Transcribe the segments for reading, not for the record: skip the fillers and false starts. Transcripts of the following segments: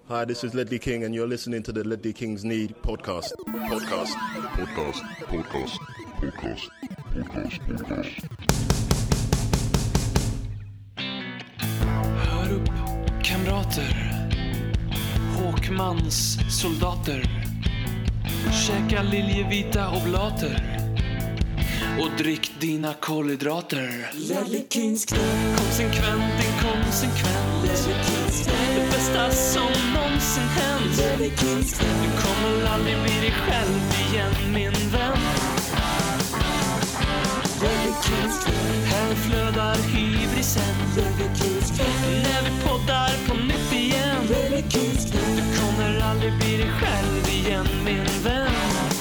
Hi, this is Ledley King and you're listening to the Ledley Kings Need podcast. Hör upp, kamrater. Håkmans soldater. Käka liljevita oblater. Och drick dina kolhydrater. Ledley Kings knä. Konsekvent, inkonsekvent. Ledley Kings knä. Det bästa som någonsin hänt. Ledley Kings knä. Du kommer aldrig bli dig själv igen, min vän. Ledley Kings knä. Här flödar hybrisen. Ledley Kings knä. När vi poddar på nytt igen. Ledley Kings knä. Du kommer aldrig bli dig själv igen, min vän.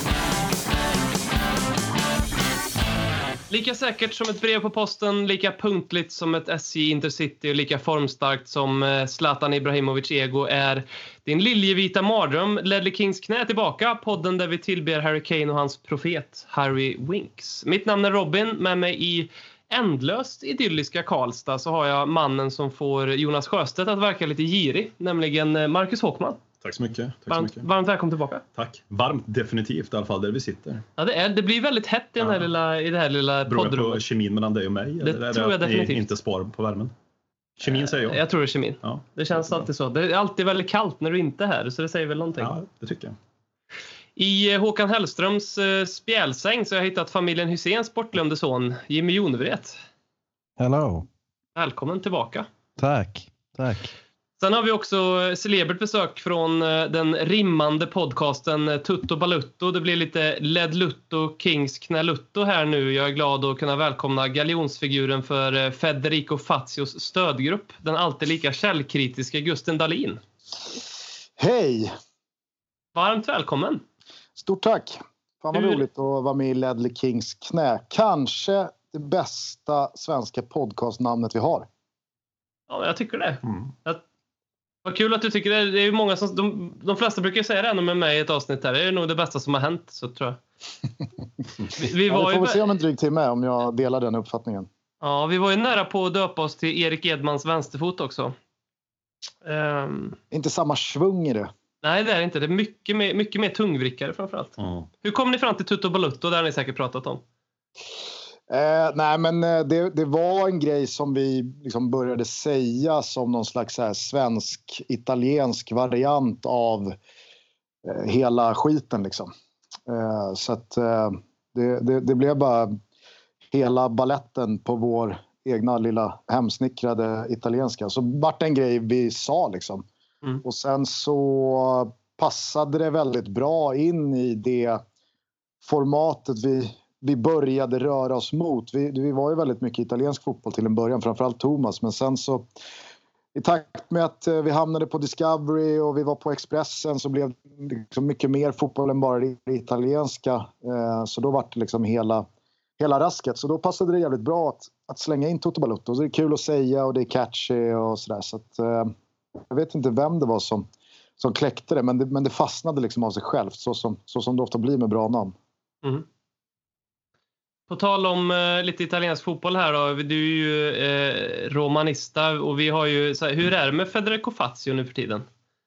Lika säkert som ett brev på posten, lika punktligt som ett SJ Intercity och lika formstarkt som Zlatan Ibrahimovic ego är din liljevita mardröm. Ledley Kings knä tillbaka, podden där vi tillber Harry Kane och hans profet Harry Winks. Mitt namn är Robin, med mig i ändlöst idylliska Karlstad så har jag mannen som får Jonas Sjöstedt att verka lite girig, nämligen Marcus Håkman. Tack så mycket. Varmt välkommen tillbaka. Tack. Varmt definitivt i alla fall där vi sitter. Ja, det blir väldigt hett i, i det här lilla poddrummet. Beror det på kemin mellan dig och mig? Det eller tror jag definitivt. Inte spar på värmen? Kemin säger jag. Jag tror det är kemin. Ja, det känns alltid så. Det är alltid väldigt kallt när du inte är här, så det säger väl någonting. Ja, det tycker jag. I Håkan Hellströms spjälsäng så har jag hittat familjen Hyséns bortglömde son, Jimmy Jonevret. Hello. Välkommen tillbaka. Tack. Sen har vi också celebert besök från den rimmande podcasten Tutto Balutto. Det blir lite Ledlutto Kings knälutto här nu. Jag är glad att kunna välkomna galjonsfiguren för Federico Fazios stödgrupp. Den alltid lika källkritiska Gusten Dahlin. Hej! Varmt välkommen. Stort tack. Fan vad roligt att vara med i Ledley Kings knä. Kanske det bästa svenska podcastnamnet vi har. Ja, jag tycker det. Vad kul att du tycker det. Det är ju många som de flesta brukar säga det med mig i ett avsnitt här. Det är nog det bästa som har hänt, så tror jag. Vi får se om en dryg timme om jag delar den uppfattningen. Ja, vi var ju nära på att döpa oss till Erik Edmans vänsterfot också. Inte samma svung i det. Nej, det är inte. Det är mycket mer tungvrickare framförallt. Hur kom ni fram till Tutto Balutto? Där har ni säkert pratat om. Nej, men det var en grej som vi liksom började säga som någon slags så här svensk-italiensk variant av hela skiten liksom. Så att det blev bara hela balletten på vår egna lilla hemsnickrade italienska. Så vart en grej vi sa liksom. Och sen så passade det väldigt bra in i det formatet vi började röra oss mot. Vi var ju väldigt mycket italiensk fotboll till en början, framförallt Thomas. Men sen så i takt med att vi hamnade på Discovery och vi var på Expressen så blev det liksom mycket mer fotboll än bara det italienska. Så då var det liksom hela rasket. Så då passade det jävligt bra att slänga in Tutto Balutto. Så det är kul att säga och det är catchy och sådär. Så att, jag vet inte vem det var som kläckte det. Men det fastnade liksom av sig självt. Så som det ofta blir med bra namn. Mm. På tal om lite italiensk fotboll här då. Du är ju romanista och vi har ju så här, hur är det med Federico Fazio nu för tiden?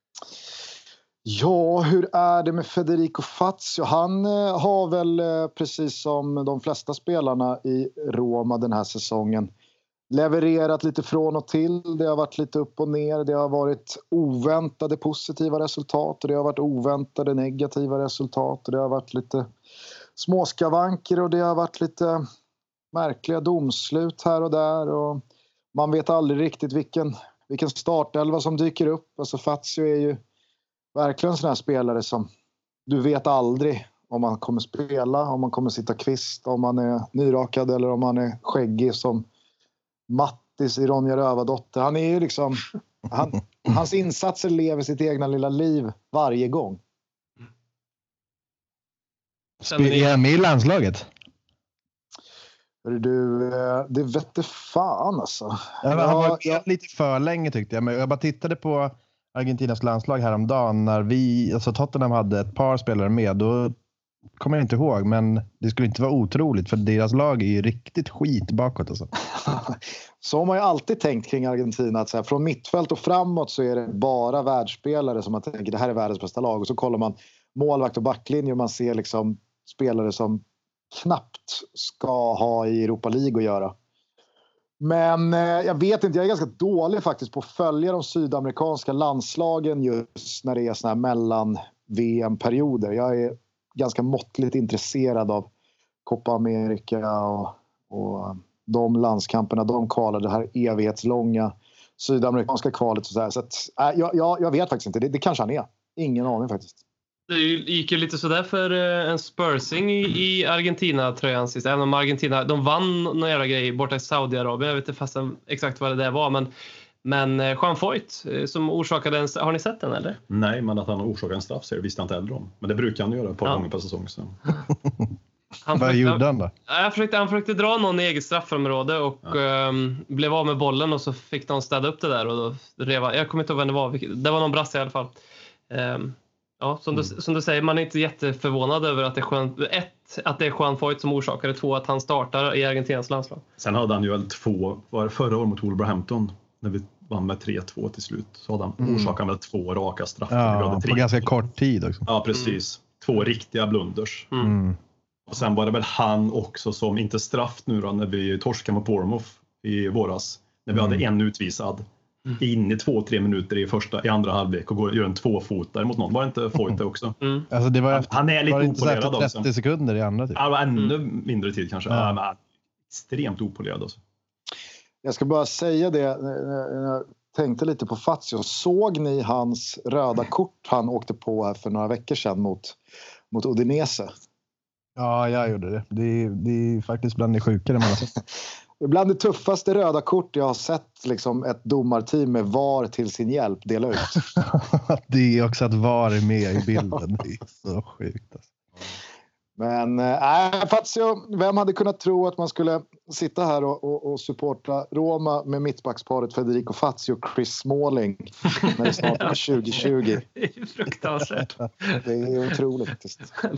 Ja, hur är det med Federico Fazio? Han har väl precis som de flesta spelarna i Roma den här säsongen levererat lite från och till. Det har varit lite upp och ner. Det har varit oväntade positiva resultat och det har varit oväntade negativa resultat och det har varit lite småskavanker och det har varit lite märkliga domslut här och där och man vet aldrig riktigt vilken startelva som dyker upp. Alltså Fazio är ju verkligen en sån här spelare som du vet aldrig om man kommer spela, om man kommer sitta kvist, om man är nyrakad eller om man är skäggig som Mattis i Ronja Rövardotter. Han är ju liksom hans insatser lever sitt egna lilla liv varje gång. Är han med i landslaget? Du, det vet du fan alltså. Han var lite för länge tyckte jag. Men jag bara tittade på Argentinas landslag häromdagen när Tottenham hade ett par spelare med. Då kommer jag inte ihåg, men det skulle inte vara otroligt för deras lag är ju riktigt skit bakåt alltså. Så har man ju alltid tänkt kring Argentina att så här, från mittfält och framåt så är det bara världsspelare som man tänker det här är världens bästa lag och så kollar man målvakt och backlinje och man ser liksom spelare som knappt ska ha i Europa League att göra. Men jag vet inte, jag är ganska dålig faktiskt på att följa de sydamerikanska landslagen just när det är såna här mellan VM-perioder. Jag är ganska måttligt intresserad av Copa America och de landskamperna, de kvalar det här evighetslånga sydamerikanska kvalet. Så att, jag vet faktiskt inte, det kanske han är. Ingen aning faktiskt. Det gick ju lite sådär för en Spursing i Argentina-tröjan sist. Även om Argentina, de vann några jävla grejer borta i Saudiarabien. Jag vet inte fast exakt vad det där var. Men Juan Foyt som orsakade en... Har ni sett den eller? Nej, men att han orsakade en straff så visste jag inte heller om. Men det brukar han göra ett par gånger per säsong. Så. Vad gjorde han då? Han försökte dra någon i eget straffområde och blev av med bollen och så fick de städa upp det där. Och då jag kommer inte ihåg vem det var. Det var någon brasse i alla fall. Ja, som du säger, man är inte jätteförvånad över att det är att det är Juan Foyt som orsakar det, 2 att han startar i Argentinas landslag. Sen hade han ju väl 2, var det förra året mot Wolverhampton när vi vann med 3-2 till slut, så hade han orsakat väl 2 raka straffar. Ja, på ganska kort tid också. Ja, precis. 2 riktiga blunders. Och sen var det väl han också som, inte straff nu då, när vi torskade mot Bournemouth i våras, när vi hade en utvisad. In i 2-3 minuter i andra halvlek och gör en 2-fotare mot någon. Var det inte Foyt också? Alltså det var han är lite opolerad efter 30 sekunder i andra typ. Ja, ännu mindre tid kanske. Ja. Men extremt opolerad alltså. Jag ska bara säga det, jag tänkte lite på Fazio. Såg ni hans röda kort han åkte på här för några veckor sedan mot Udinese? Ja, jag gjorde det. Det är faktiskt bland det sjukare man har sett. Bland det tuffaste röda kort jag har sett liksom ett domarteam med VAR till sin hjälp dela ut. Det är också att VAR är med i bilden. Det är så sjukt. Alltså. Men Fazio, vem hade kunnat tro att man skulle sitta här och supporta Roma med mittbacksparet Federico Fazio och Chris Smalling när det snart är 2020. Det är fruktansvärt. Det är otroligt faktiskt.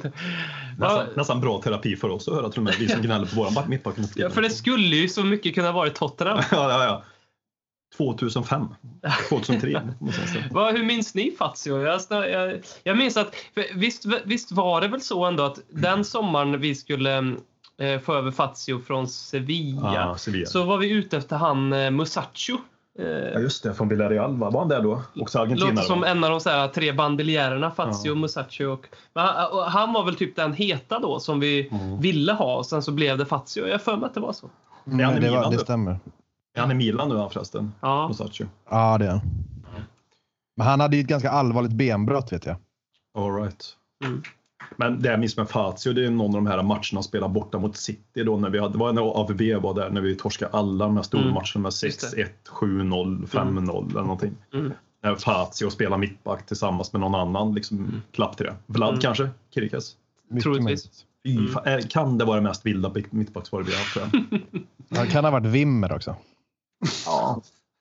Nästan bra terapi för oss att höra till och med vi som gnäller på våran mittback. Ja, för det skulle ju så mycket kunna vara Tottenham. Ja. 2005, 2003. Hur minns ni Fazio? Jag minns att visst var det väl så ändå att den sommaren vi skulle få över Fazio från Sevilla, så var vi ute efter han Musacho. Ja just det, från Villarreal var han där då? Också Argentina. Låter som en av de så här 3 bandeljärerna, Fazio, Musacho och han var väl typ den heta då som vi ville ha och sen så blev det Fazio. Jag för mig att det var så. Det stämmer. Är han i Milan nu förresten? Ja. Musacho. Ja, det är han. Men han hade ju ett ganska allvarligt benbrott vet jag. All right. Men det jag minns med Fazio, det är någon av de här matcherna han spelade borta mot City då när vi hade, det var när AVB var där när vi torskade alla de här stora matcherna med 6-1, 7-0, 5-0 eller någonting. När Fazio spelar mittback tillsammans med någon annan liksom klapp till det. Vlad kanske? Kirikas? Troligtvis. Kan det vara det mest vilda mittbacksvaret vi har haft? Han kan ha varit Wimmer också. Ja.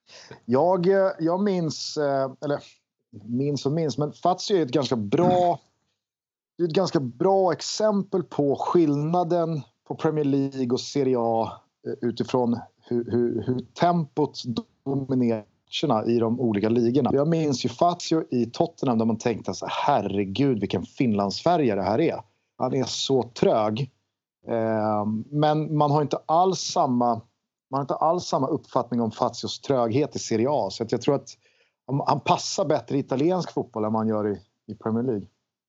Jag minns, men Fazio är ett ganska bra exempel på skillnaden på Premier League och Serie A utifrån hur tempot dominerar i de olika ligorna. Jag minns ju Fazio i Tottenham där man tänkte så här, herregud vilken Finlandsfärgare det här är. Han är så trög. Men man har inte alls samma uppfattning om Fazios tröghet i Serie A. Så att jag tror att han passar bättre i italiensk fotboll än man gör i Premier League.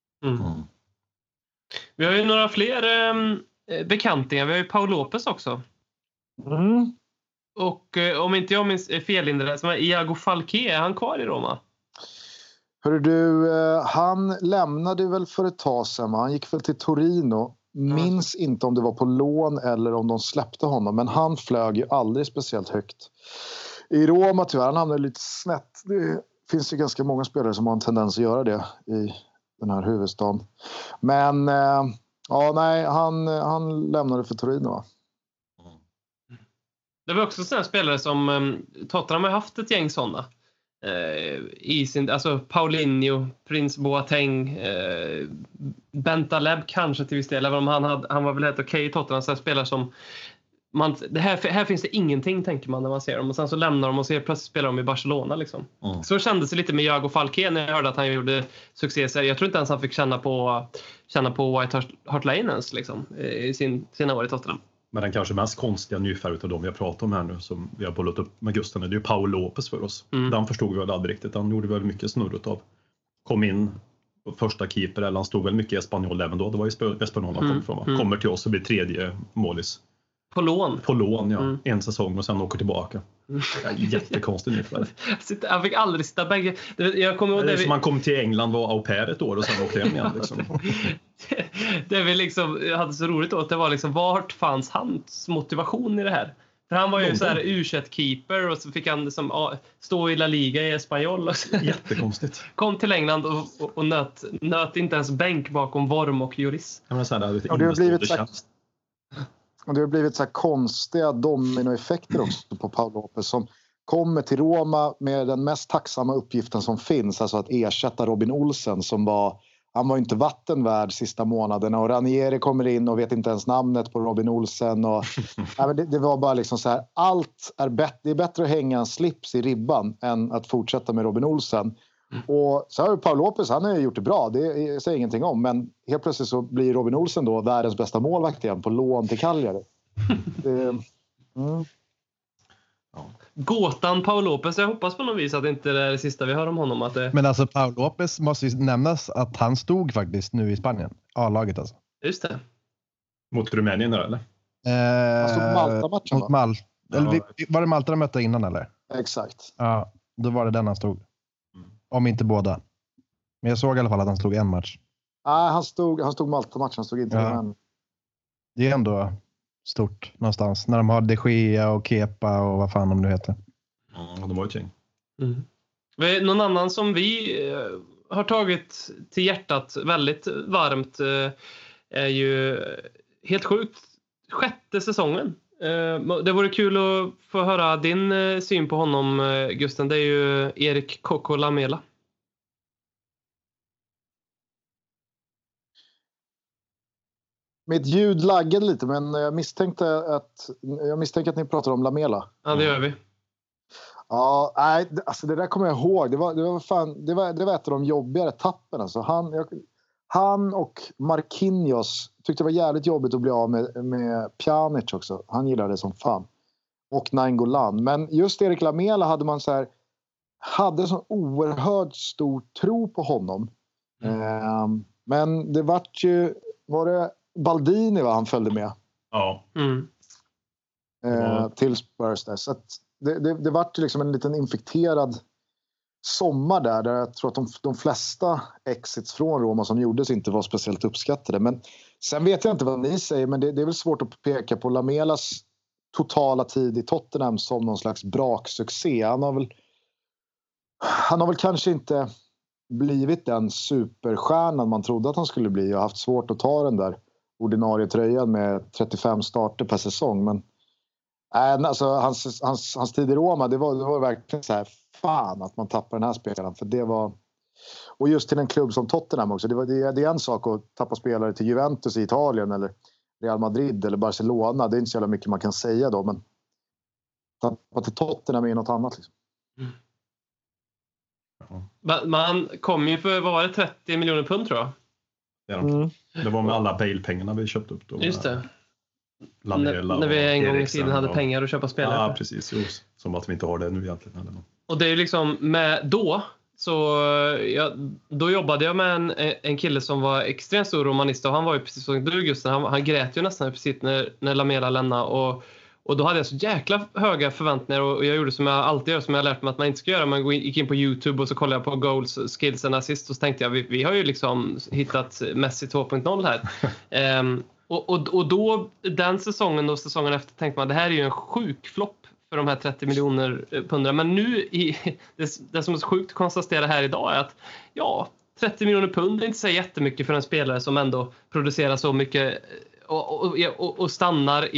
Vi har ju några fler bekantingar. Vi har ju Paul Lopez också. Och om inte jag minns felindelat som är Iago Falqué, är han kvar i Roma? Hörru du, han lämnade väl för ett tag sedan. Han gick väl till Torino. Minns inte om det var på lån eller om de släppte honom. Men han flög ju aldrig speciellt högt. I Roma tyvärr, han hamnade lite snett. Det finns ju ganska många spelare som har en tendens att göra det i den här huvudstaden. Men han lämnade för Torino va? Det var också sådana spelare som Tottenham har haft ett gäng sådana. i sin, alltså Paulinho, Prince Boateng, Bentaleb kanske till viss del, även om han var väl helt okej i Tottenham, så spelare som här finns det ingenting, tänker man när man ser dem, och sen så lämnar de och ser plötsligt spelar de i Barcelona liksom. Så kändes det lite med Thiago Falqué när jag hörde att han gjorde succé. Jag tror inte ens han fick känna på White Hart Lane ens liksom, i sina år i Tottenham. Men den kanske mest konstiga nyfärg av dem vi har pratat om här nu, som vi har bollat upp med Gusten, det är ju Paul Lopez för oss. Den förstod vi väl aldrig riktigt. Han gjorde väl mycket snurret av. Kom in första keeper, eller han stod väl mycket i Espanyol även då. Det var ju Espanyol han kom ifrån. Kommer till oss och blir tredje målis. På lån, ja. En säsong och sen åker tillbaka. Jättekonstigt nyfärg. Han fick aldrig sitta bägge. Jag kommer ihåg det är som man kom till England, var au pair ett år och sen åkte hem igen liksom. Det vi liksom hade så roligt åt, det var liksom, vart fanns hans motivation i det här? För han var ju så här U21-keeper och så fick han liksom stå i La Liga i Espanyol. Jättekonstigt. Kom till England och nöt inte ens bänk bakom Worm och Lloris. Det har blivit så här konstiga dominoeffekter också på Paul Lopez, som kommer till Roma med den mest tacksamma uppgiften som finns, alltså att ersätta Robin Olsen, han var inte vattenvärd sista månaderna, och Ranieri kommer in och vet inte ens namnet på Robin Olsen, och det var bara liksom så här, allt är bättre, det är bättre att hänga en slips i ribban än att fortsätta med Robin Olsen. Och så har Paul Lopez, han har gjort det bra, det säger ingenting om, men helt plötsligt så blir Robin Olsen då världens bästa målvakt igen på lån till Cagliari. Gåtan Paul Lopez, jag hoppas på något vis att det inte är det sista vi hör om honom. Men alltså Paul Lopez måste ju nämnas att han stod faktiskt nu i Spanien, A-laget alltså. Just det. Mot Rumänien då, eller? Han stod Malta-matchen, mot var det Malta de mötte innan eller? Exakt. Ja, då var det den han stod. Om inte båda. Men jag såg i alla fall att han slog en match. Nej, han stod Malta-matchen, han stod inte men... Det är ändå stort någonstans. När de har De Gea och Kepa och vad fan de nu heter. Ja, de var ju ting. Någon annan som vi har tagit till hjärtat väldigt varmt är ju helt sjukt 6:e säsongen. Det vore kul att få höra din syn på honom, Gusten. Det är ju Erik Coco Lamela. Mitt ljud laggade lite, men jag misstänker att ni pratar om Lamela. Ja, det gör vi. Ja, nej, alltså det där kommer jag ihåg. Det var ett av de jobbigare tappen. Alltså han och Marquinhos tyckte det var jävligt jobbigt att bli av med Pjanic också. Han gillade det som fan. Och Nainggolan. Men just Erik Lamela hade man hade så oerhört stor tro på honom. Men det var det Baldini han följde med. Ja. Till Spurs där. Så att det var liksom en liten infekterad sommar där jag tror att de flesta exits från Roma som gjordes inte var speciellt uppskattade. Men sen vet jag inte vad ni säger, men det är väl svårt att peka på Lamelas totala tid i Tottenham som någon slags braksuccé. Han har väl kanske inte blivit den superstjärnan man trodde att han skulle bli och haft svårt att ta den där ordinarie tröjan med 35 starter per säsong. Men alltså, hans tid i Roma, det var verkligen så här, fan att man tappar den här spelaren, för det var, och just till en klubb som Tottenham också, det är en sak att tappa spelare till Juventus i Italien eller Real Madrid eller Barcelona, det är inte så jävla mycket man kan säga då, men tappa till Tottenham är något annat liksom. Man kom ju för, vad var det, 30 miljoner pund tror jag. Det var med alla Bale-pengarna vi köpte upp då. Just det. När vi en gång i tiden hade pengar att köpa spelare. Ja, precis. Just. Som att vi inte har det nu egentligen. Eller? Och det är ju liksom då jobbade jag med en kille som var extremt stor romanist, och han var ju precis som du, Gusten, han grät ju nästan precis när Lamela lämnade, och då hade jag så jäkla höga förväntningar, och jag gjorde som jag alltid gör, som jag har lärt mig att man inte ska göra. Man gick in på YouTube och så kollade jag på goals, skills and assist, och så tänkte jag, vi har ju liksom hittat Messi 2.0 här. Och då, den säsongen och säsongen efter, tänkte man, det här är ju en sjuk flopp för de här 30 miljoner pundar. Men nu, det som är så sjukt att konstatera här idag är att 30 miljoner pund är inte så jättemycket för en spelare som ändå producerar så mycket och har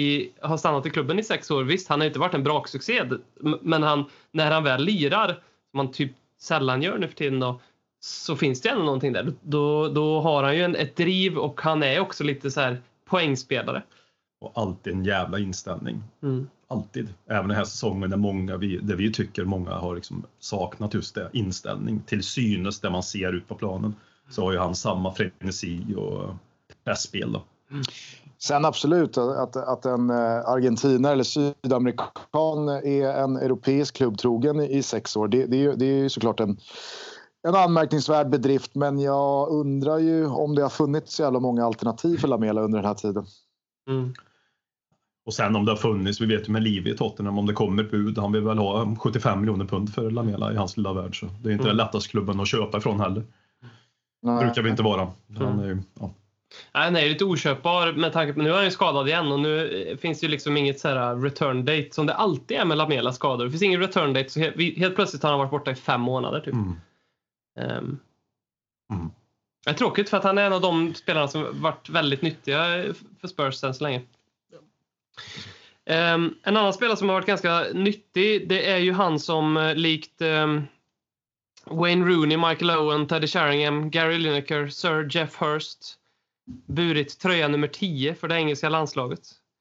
stannat i klubben i 6 år. Visst, han har inte varit en braksuccé, men när han väl lirar, man typ sällan gör nu för tiden då, så finns det ändå någonting där. Då har han ju ett driv och han är också lite så här poängspelare. Och alltid en jävla inställning. Mm. Alltid. Även den här säsongen där vi tycker många har liksom saknat just det. Inställning till synes där man ser ut på planen. Så har ju han samma frenesi och pressspel då. Mm. Sen absolut att en argentinare eller sydamerikan är en europeisk klubb trogen i 6 år. Det är ju såklart en anmärkningsvärd bedrift, men jag undrar ju om det har funnits så jävla många alternativ för Lamela under den här tiden. Mm. Och sen om det har funnits, vi vet ju med Liv i Tottenham, om det kommer ett bud, han vill väl ha 75 miljoner pund för Lamela i hans lilla värld, så det är inte den lättaste klubben att köpa ifrån heller. Nej. Brukar vi inte vara. Han är ju, ja. Nej, nej, lite oköpbar med tanke på nu är han ju skadad igen och nu finns det ju liksom inget så här return date som det alltid är med Lamela skador. Det finns ingen return date, så helt plötsligt har han varit borta i 5 månader typ. Det är tråkigt för att han är en av de spelarna som varit väldigt nyttiga för Spurs än så länge. En annan spelare som har varit ganska nyttig, det är ju han som likt Wayne Rooney, Michael Owen, Teddy Sheringham, Gary Lineker, Sir Jeff Hurst burit tröja nummer 10 för det engelska landslaget.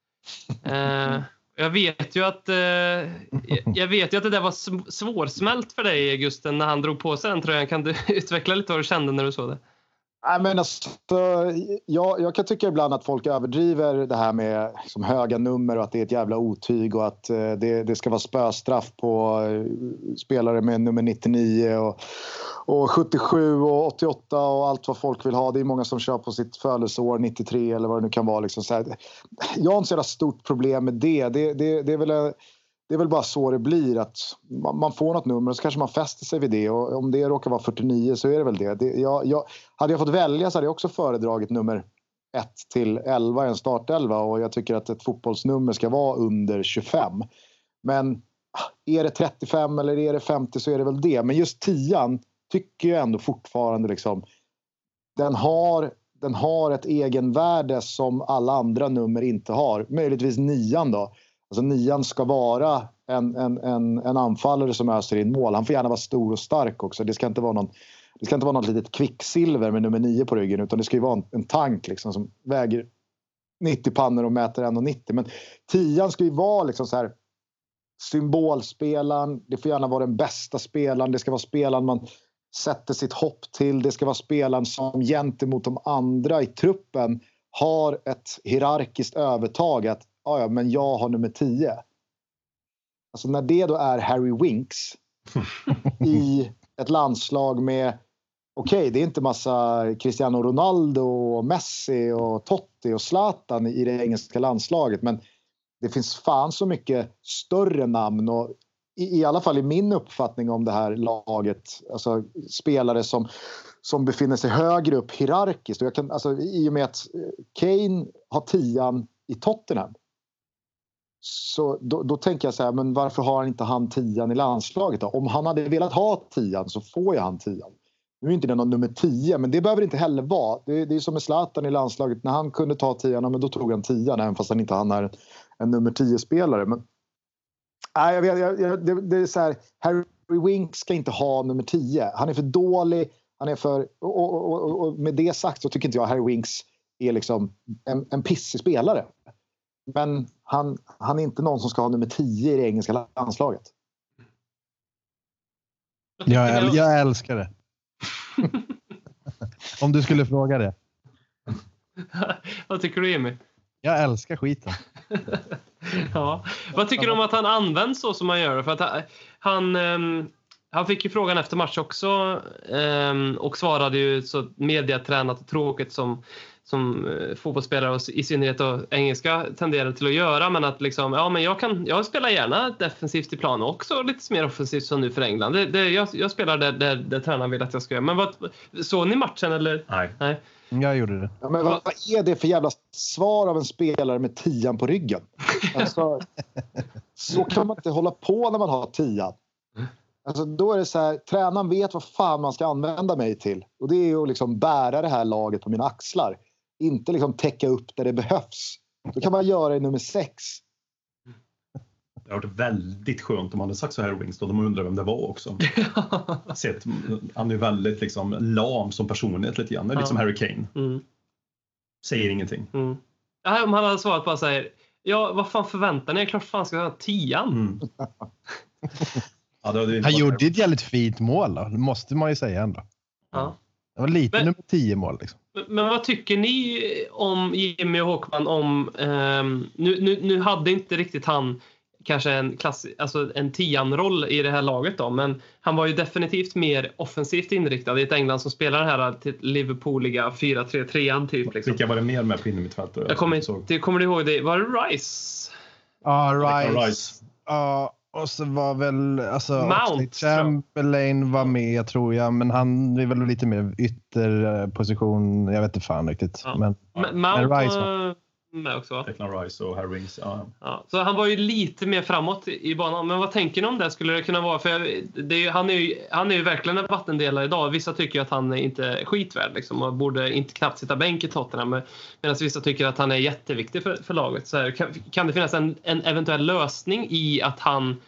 Jag vet ju att det där var svårsmält för dig, Gusten, när han drog på sig den tröjan. Kan du utveckla lite vad du kände när du såg det? Nej, men alltså, jag kan tycka ibland att folk överdriver det här med liksom höga nummer och att det är ett jävla otyg och att det ska vara spöstraff på spelare med nummer 99 och 77 och 88 och allt vad folk vill ha. Det är många som kör på sitt födelseår 93 eller vad det nu kan vara. Liksom så här. Jag har inte så stort problem med det. Det är väl bara så det blir, att man får något nummer och så kanske man fäster sig vid det, och om det råkar vara 49 så är det väl det. Hade jag fått välja så hade jag också föredragit nummer 1 till 11 i en startelva, och jag tycker att ett fotbollsnummer ska vara under 25. Men är det 35 eller är det 50 så är det väl det. Men just 10 tycker jag ändå fortfarande liksom, den har ett egenvärde som alla andra nummer inte har. Möjligtvis 9 då. Alltså 9 ska vara en anfallare som öser in mål. Han får gärna vara stor och stark också. Det ska inte vara något litet kvicksilver med nummer 9 på ryggen, utan det ska ju vara en tank liksom, som väger 90 pannor och mäter 1,90. Men 10 ska ju vara liksom så här symbolspelaren. Det får gärna vara den bästa spelaren. Det ska vara spelaren man sätter sitt hopp till. Det ska vara spelaren som gentemot de andra i truppen har ett hierarkiskt övertag, att ja, men jag har nummer 10. Alltså när det då är Harry Winks i ett landslag med, okej, det är inte massa Cristiano Ronaldo och Messi och Totti och Zlatan i det engelska landslaget, men det finns fan så mycket större namn, och i alla fall i min uppfattning om det här laget, alltså spelare som befinner sig högre upp hierarkiskt. Och jag kan, alltså, i och med att Kane har 10 i Tottenham, så då tänker jag så här, men varför har inte han 10 i landslaget då? Om han hade velat ha 10 så får ju han 10. Nu är inte det någon nummer 10, men det behöver inte heller vara. Det är som med Zlatan i landslaget. När han kunde ta 10, men då tog han 10, även fast han inte han är en nummer 10-spelare. Men nej, det är så här, Harry Winks ska inte ha nummer 10. Han är för dålig. Han är för, och med det sagt så tycker inte jag Harry Winks är liksom en pissig spelare. Men han är inte någon som ska ha nummer 10 i det engelska landslaget. Jag älskar det. Om du skulle fråga det. Vad tycker du, Jimmy? Jag älskar skiten. Ja. Vad tycker du om att han används så som han gör? För att han fick ju frågan efter match också och svarade ju så mediatränat och tråkigt som fotbollsspelare och i synnerhet då engelska tenderar till att göra, men att liksom, ja, men jag spelar gärna defensivt i plan också, lite mer offensivt som nu för England. Jag spelar där tränaren vill att jag ska göra. Men såg ni matchen eller? Nej. Jag gjorde det. Ja, men vad är det för jävla svar av en spelare med 10 på ryggen? Alltså, så kan man inte hålla på när man har 10. Alltså, då är det så här, tränaren vet vad fan man ska använda mig till. Och det är att liksom bära det här laget på mina axlar. Inte liksom täcka upp där det behövs. Då kan man göra i nummer 6. Det har varit väldigt skönt om man hade sagt så här Wings då. De undrar vem det var också. Han är väldigt liksom lam som personlighet lite grann. Lite som Harry Kane. Säger ingenting. Ja, om han hade svarat bara så här, ja, vad fan förväntar ni? Klart fan ska jag ha 10. Han gjorde ett jävligt fint mål då. Det måste man ju säga ändå. Ja. Det var lite nummer 10 mål liksom. Men vad tycker ni om Jimmy och Håkman om nu hade inte riktigt han kanske en alltså en 10-roll i det här laget då, men han var ju definitivt mer offensivt inriktad i ett England som spelar här till Liverpooliga 4-3-3 typ liksom. Vilka var det mer med på innermittfältet? Jag kommer du ihåg det? Var det Rice? Ja, Rice. Ja, och så var väl Mount Chamberlain var med tror jag, men han är väl lite mer ytterposition, jag vet inte fan riktigt. Ja. Men Mount Rice var med också. Declan Rice och Harry Wings. Ja, så han var ju lite mer framåt i banan. Men vad tänker ni om det? Skulle det kunna vara? För han är ju verkligen en vattendelare idag. Vissa tycker att han är inte skitvärd liksom, och borde inte knappt sitta bänk i Tottenham. Medan vissa tycker att han är jätteviktig för laget. Så här, kan det finnas en eventuell lösning i att han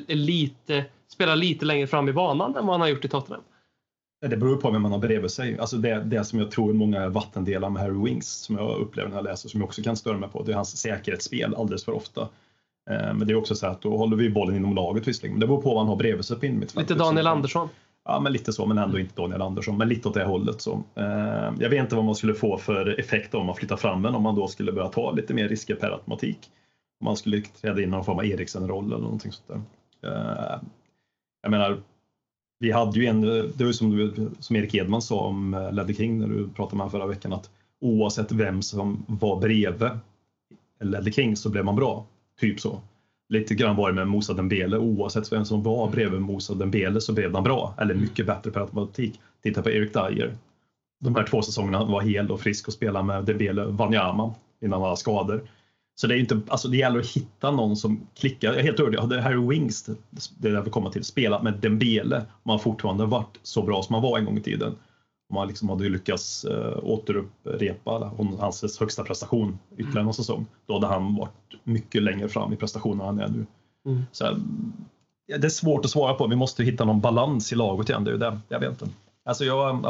spelar lite längre fram i banan än vad han har gjort i Tottenham? Det beror på vem man har bredvid sig. Alltså det som jag tror många vattendelar med Harry Wings som jag upplever när jag läser, som jag också kan störa mig på, det är hans säkerhetsspel alldeles för ofta. Men det är också så att då håller vi bollen inom laget visserligen. Men det beror på vad han har bredvid sig på innermittfältet. Lite Daniel Andersson. Ja, men lite så, men ändå inte Daniel Andersson. Men lite åt det hållet så. Jag vet inte vad man skulle få för effekt om man flyttar fram den, om man då skulle börja ta lite mer risker per automatik. Om man skulle träda in någon form av Eriksen-roll eller någonting sånt där. Jag menar, vi hade ju det var som Erik Edman sa om Ledley King när du pratade med honom förra veckan, att oavsett vem som var bredvid Ledley King så blev man bra. Typ så. Lite grann var det med Moussa Dembele. Oavsett vem som var bredvid Moussa Dembele så blev man bra. Eller mycket bättre per automatik. Titta på Eric Dyer. De här 2 säsongerna var hel och frisk och spela med Dembele Wanyama innan alla skador. Så det är inte, alltså det gäller att hitta någon som klickar. Jag är helt övertygad. Hade Harry Wings, det är där vi kommer till, spelat med Dembele, om man fortfarande varit så bra som man var en gång i tiden. Om man liksom hade lyckats återupprepa hans högsta prestation ytterligare någon säsong. Då hade han varit mycket längre fram i prestationen än han är nu. Så det är svårt att svara på. Vi måste hitta någon balans i laget igen. Det är ju det. Jag vet inte. Alltså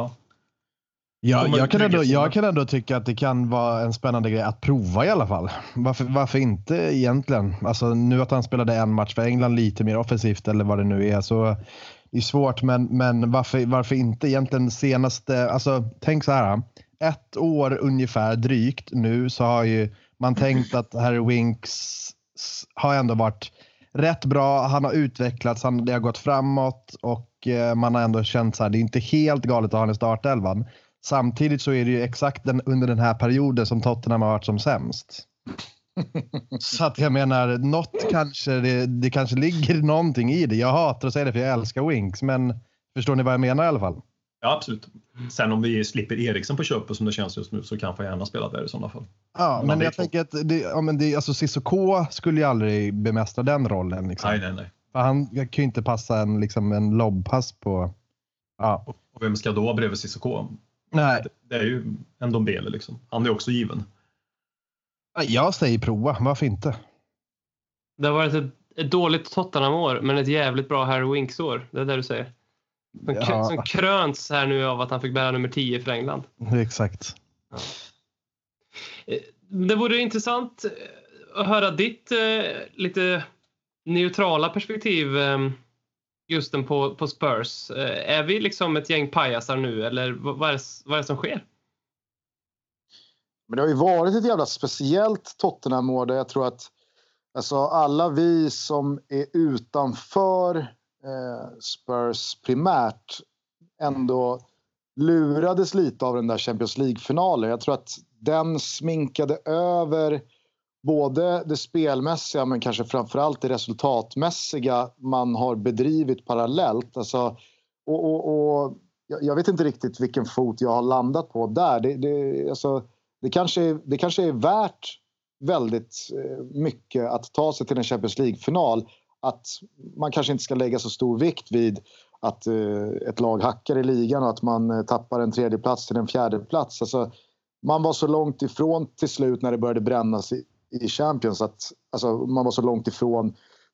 jag kan ändå tycka att det kan vara en spännande grej att prova i alla fall. Varför inte egentligen? Alltså nu att han spelade en match för England lite mer offensivt eller vad det nu är, så det är svårt, men varför inte egentligen senaste, alltså tänk så här, 1 år ungefär drygt nu så har ju man tänkt att Harry Winks har ändå varit rätt bra, han har utvecklats, det har gått framåt och man har ändå känt så här, det är inte helt galet att ha en startelvan. Samtidigt så är det ju exakt under den här perioden som Tottenham har varit som sämst. Så att jag menar, något kanske, det kanske ligger någonting i det. Jag hatar att säga det för jag älskar Winks, men förstår ni vad jag menar i alla fall? Ja, absolut. Sen om vi slipper Eriksen på köpet som det känns just nu så kan jag gärna spela där i sådana fall. Ja, men jag tänker att alltså Sissoko skulle ju aldrig bemästra den rollen. Liksom. Nej. För han kan ju inte passa en lobbpass på... Ja. Och vem ska då bredvid Sissoko? Nej. Det är ju en Dombele liksom. Han är också given. Jag säger prova, varför inte? Det har varit ett dåligt Tottenham-år, men ett jävligt bra Harry Winks-år. Det är det du säger. Som kröns här nu av att han fick bära nummer 10 för England. Exakt. Ja. Det vore intressant att höra ditt lite neutrala perspektiv just på Spurs. Är vi liksom ett gäng pajasar nu, eller vad är det som sker? Men det har ju varit ett jävla speciellt Tottenham-år där jag tror att alltså, alla vi som är utanför Spurs primärt ändå lurades lite av den där Champions League-finalen. Jag tror att den sminkade över både det spelmässiga men kanske framförallt det resultatmässiga man har bedrivit parallellt. Alltså, och jag vet inte riktigt vilken fot jag har landat på där. Det kanske är värt väldigt mycket att ta sig till en Champions League-final. Att man kanske inte ska lägga så stor vikt vid att ett lag hackar i ligan och att man tappar en 3:e plats till en 4:e plats. Alltså, man var så långt ifrån till slut när det började brännas i Champions att alltså, man var så långt ifrån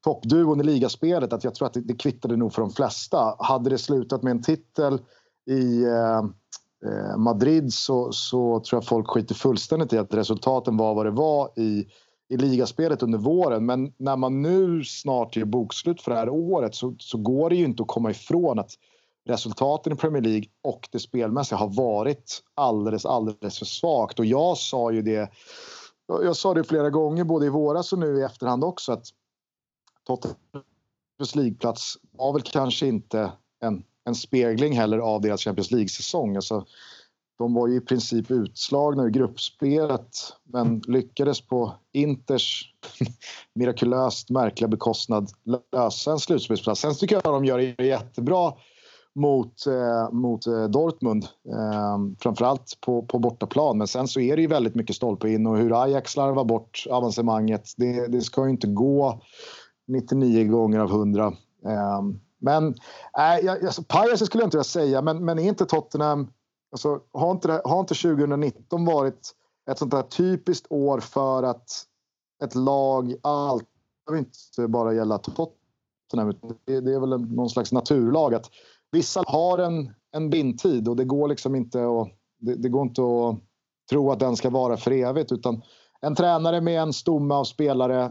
toppduon i ligaspelet, att jag tror att det kvittade nog för de flesta. Hade det slutat med en titel i Madrid så tror jag folk skiter fullständigt i att resultaten var vad det var i ligaspelet under våren. Men när man nu snart gör bokslut för det här året så går det ju inte att komma ifrån att resultaten i Premier League och det spelmässiga har varit alldeles för svagt. Och jag sa det flera gånger både i våras och nu i efterhand också, att Tottenhams League-plats var väl kanske inte en spegling heller av deras Champions League-säsong. Alltså, de var ju i princip utslagna i gruppspelet men lyckades på Inters mirakulöst märkliga bekostnad lösa en slutspelsplats. Sen tycker jag att de gör det jättebra mot Dortmund, framförallt på bortaplan, men sen så är det ju väldigt mycket stolpe in, och hur Ajax slarvar bort avancemanget, det ska ju inte gå 99 gånger av 100. Men alltså, pajas skulle jag inte vilja säga, men är inte Tottenham, alltså, har inte 2019 varit ett sånt där typiskt år för att ett lag allt inte bara gälla Tottenham, det är väl någon slags naturlag att vissa har en bindtid och det går liksom inte att det går inte att tro att den ska vara för evigt, utan en tränare med en stomme av spelare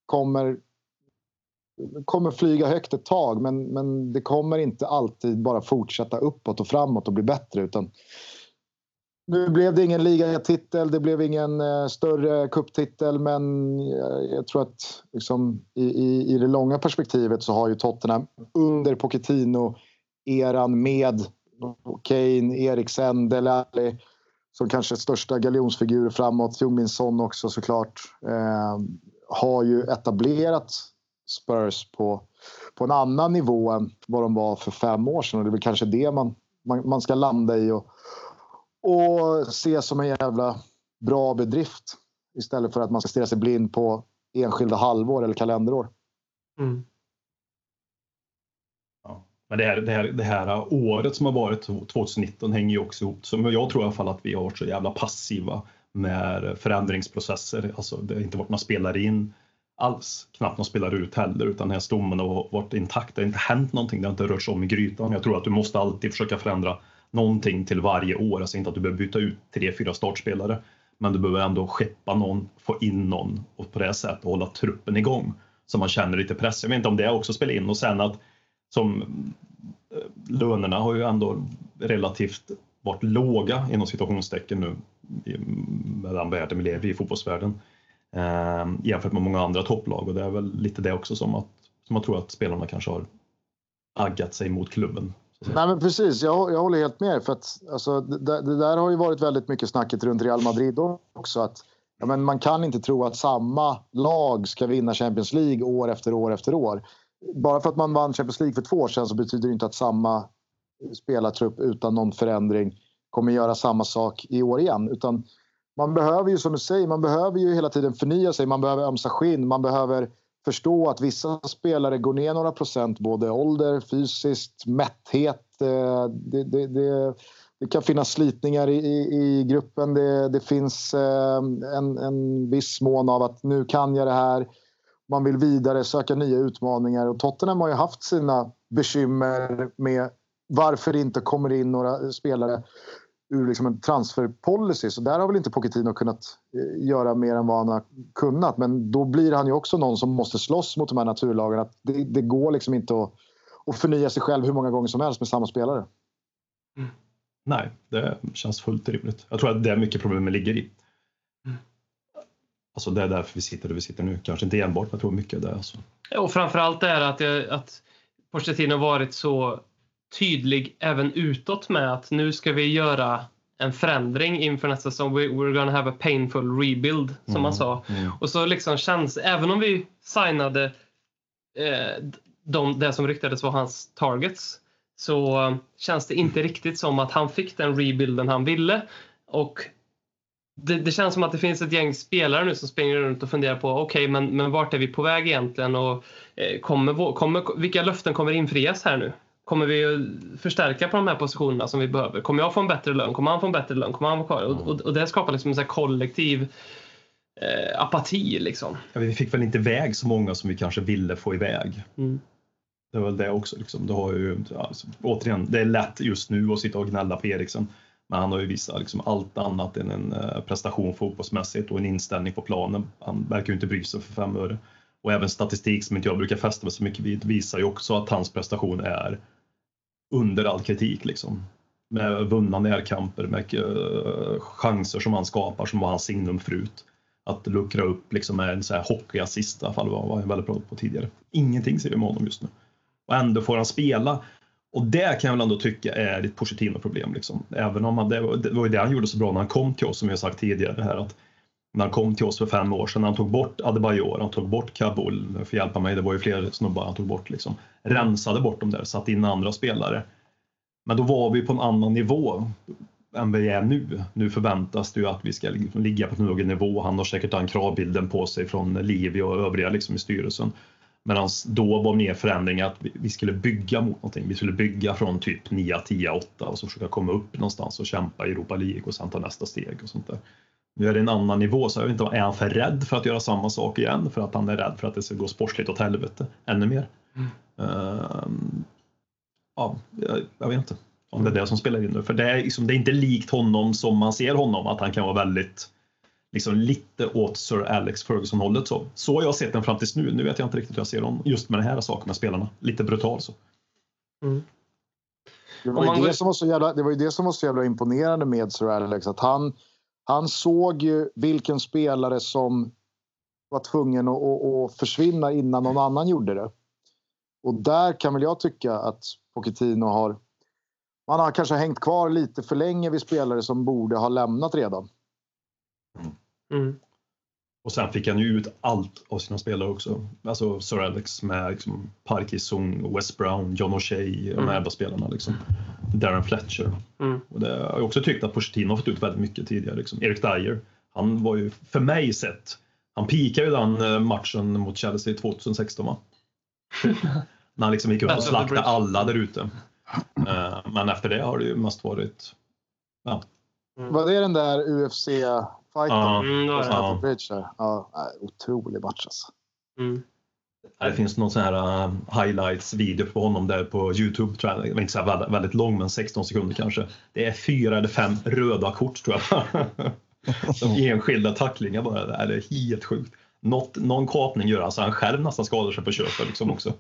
kommer flyga högt ett tag, men det kommer inte alltid bara fortsätta uppåt och framåt och bli bättre, utan nu blev det ingen ligatitel, det blev ingen större cuptitel, men jag tror att liksom, i det långa perspektivet så har ju Tottenham under Pochettino-eran med Kane, Eriksen, Dele Alli som kanske största galjonsfigurer framåt, Heung-min Son också såklart, har ju etablerat Spurs på en annan nivå än vad de var för 5 år sedan, och det är väl kanske det man ska landa i och se som en jävla bra bedrift istället för att man ska stirra sig blind på enskilda halvår eller kalenderår. Mm. Ja. Men det här året som har varit 2019 hänger ju också ihop. Så jag tror i alla fall att vi har varit så jävla passiva med förändringsprocesser. Alltså det har inte varit några spelare in alls, knappt någon spelare ut heller, utan den här stommen har varit intakt. Det har inte hänt någonting, det har inte rört sig om i grytan. Jag tror att du måste alltid försöka förändra någonting till varje år. Alltså inte att du behöver byta ut 3-4 startspelare, men du behöver ändå skeppa någon, få in någon och på det sättet hålla truppen igång så man känner lite press. Jag vet inte om det också spelar in, och sen att som lönerna har ju ändå relativt varit låga inom situationstecken nu med den världen vi lever i fotbollsvärlden jämfört med många andra topplag, och det är väl lite det också som jag tror att spelarna kanske har aggat sig mot klubben. Nej, men precis, jag håller helt med, för att alltså, det där har ju varit väldigt mycket snacket runt Real Madrid också, att ja, men man kan inte tro att samma lag ska vinna Champions League år efter år efter år. Bara för att man vann Champions League för 2 år sedan så betyder det inte att samma spelartrupp utan någon förändring kommer göra samma sak i år igen, utan man behöver ju, som du säger, man behöver ju hela tiden förnya sig, man behöver ömsa skinn, man behöver förstå att vissa spelare går ner några procent, både ålder, fysiskt, mätthet, det kan finnas slitningar i gruppen, det finns en viss mån av att nu kan jag det här, man vill vidare söka nya utmaningar, och Tottenham har ju haft sina bekymmer med varför det inte kommer in några spelare ur liksom en transferpolicy, så där har väl inte Pochettino kunnat göra mer än vad han har kunnat, men då blir han ju också någon som måste slåss mot de här naturlagarna, att det går liksom inte att förnya sig själv hur många gånger som helst med samma spelare. Nej, det känns fullt rimligt. Jag tror att det är mycket problemet ligger i. Alltså det är därför vi sitter där vi sitter nu, kanske inte enbart, men jag tror mycket det alltså. Och framförallt är att Pochettino varit så tydlig även utåt med att nu ska vi göra en förändring inför nästa säsong. We're gonna have a painful rebuild, som man sa. Och så liksom känns, även om vi signade det som ryktades var hans targets, så känns det inte riktigt som att han fick den rebuilden han ville. Och det känns som att det finns ett gäng spelare nu som springer runt och funderar på okej, men vart är vi på väg egentligen, och vilka löften kommer infrias här nu? Kommer vi förstärka på de här positionerna som vi behöver? Kommer jag få en bättre lön? Kommer han få en bättre lön? Kommer han vara kvar? Och det skapar liksom en så här kollektiv apati liksom. Ja, vi fick väl inte iväg så många som vi kanske ville få iväg. Det var väl det också liksom. Det har ju, alltså, återigen, det är lätt just nu att sitta och gnälla på Eriksen. Men han har ju visat liksom allt annat än en prestation fotbollsmässigt och en inställning på planen. Han verkar ju inte bry sig för 5 öre. Och även statistik som inte jag brukar fästa mig så mycket vid visar ju också att hans prestation är under all kritik liksom. Med vunna närkamper, med chanser som han skapar som var hans signum förut. Att luckra upp liksom med en så här hockeyassist i alla fall var han väldigt bra på tidigare. Ingenting ser vi med honom just nu. Och ändå får han spela. Och det kan jag väl ändå tycka är ett Pochettino-problem liksom. Även om det var ju det han gjorde så bra när han kom till oss, som jag sagt tidigare det här, att när han kom till oss för 5 år sedan, han tog bort Adebayor, han tog bort Kabul, för att hjälpa mig, det var ju fler snubbar han tog bort liksom. Rensade bort dem där, satt in andra spelare. Men då var vi på en annan nivå än vi är nu. Nu förväntas det ju att vi ska ligga på en högre nivå. Han har säkert den kravbilden på sig från Livio och övriga liksom i styrelsen. Medan då var mer förändring att vi skulle bygga mot någonting. Vi skulle bygga från typ 9, 10, 8 och så försöka komma upp någonstans och kämpa i Europa League och sen ta nästa steg och sånt där. Nu är det en annan nivå, så jag vet inte, är han för rädd för att göra samma sak igen? För att han är rädd för att det ska gå sportsligt åt helvete ännu mer? Ja, jag vet inte om det är det som spelar in nu. För det är, liksom, det är inte likt honom som man ser honom, att han kan vara väldigt liksom lite åt Sir Alex Ferguson-hållet. Så har jag sett den fram tills nu. Nu vet jag inte riktigt hur jag ser honom just med den här saken med spelarna. Lite brutal så. Det var ju det som var så jävla imponerande med Sir Alex. Att han såg ju vilken spelare som var tvungen att försvinna innan någon annan gjorde det. Och där kan väl jag tycka att Pochettino har kanske hängt kvar lite för länge vid spelare som borde ha lämnat redan. Och sen fick han ju ut allt av sina spelare också. Alltså Sir Alex med liksom Park Ji-sung, Wes Brown, John O'Shea, de här spelarna liksom. Darren Fletcher. Och det har jag också tyckt att Pochettino har fått ut väldigt mycket tidigare liksom. Erik Dyer, han var ju för mig sett, han pikade ju den matchen mot Chelsea 2016 va? När han liksom gick upp och slaktade alla där ute. Men efter det har det ju mest varit Vad är den där UFC-fighten? Otrolig match alltså. Det finns någon sån här highlights-video på honom där på YouTube, tror jag. Det var inte så här väldigt lång, men 16 sekunder kanske. Det är 4 eller 5 röda kort tror jag. Som enskilda tacklingar bara. Det är helt sjukt. Någon kapning gör alltså han själv nästan skadar sig på köpet liksom också.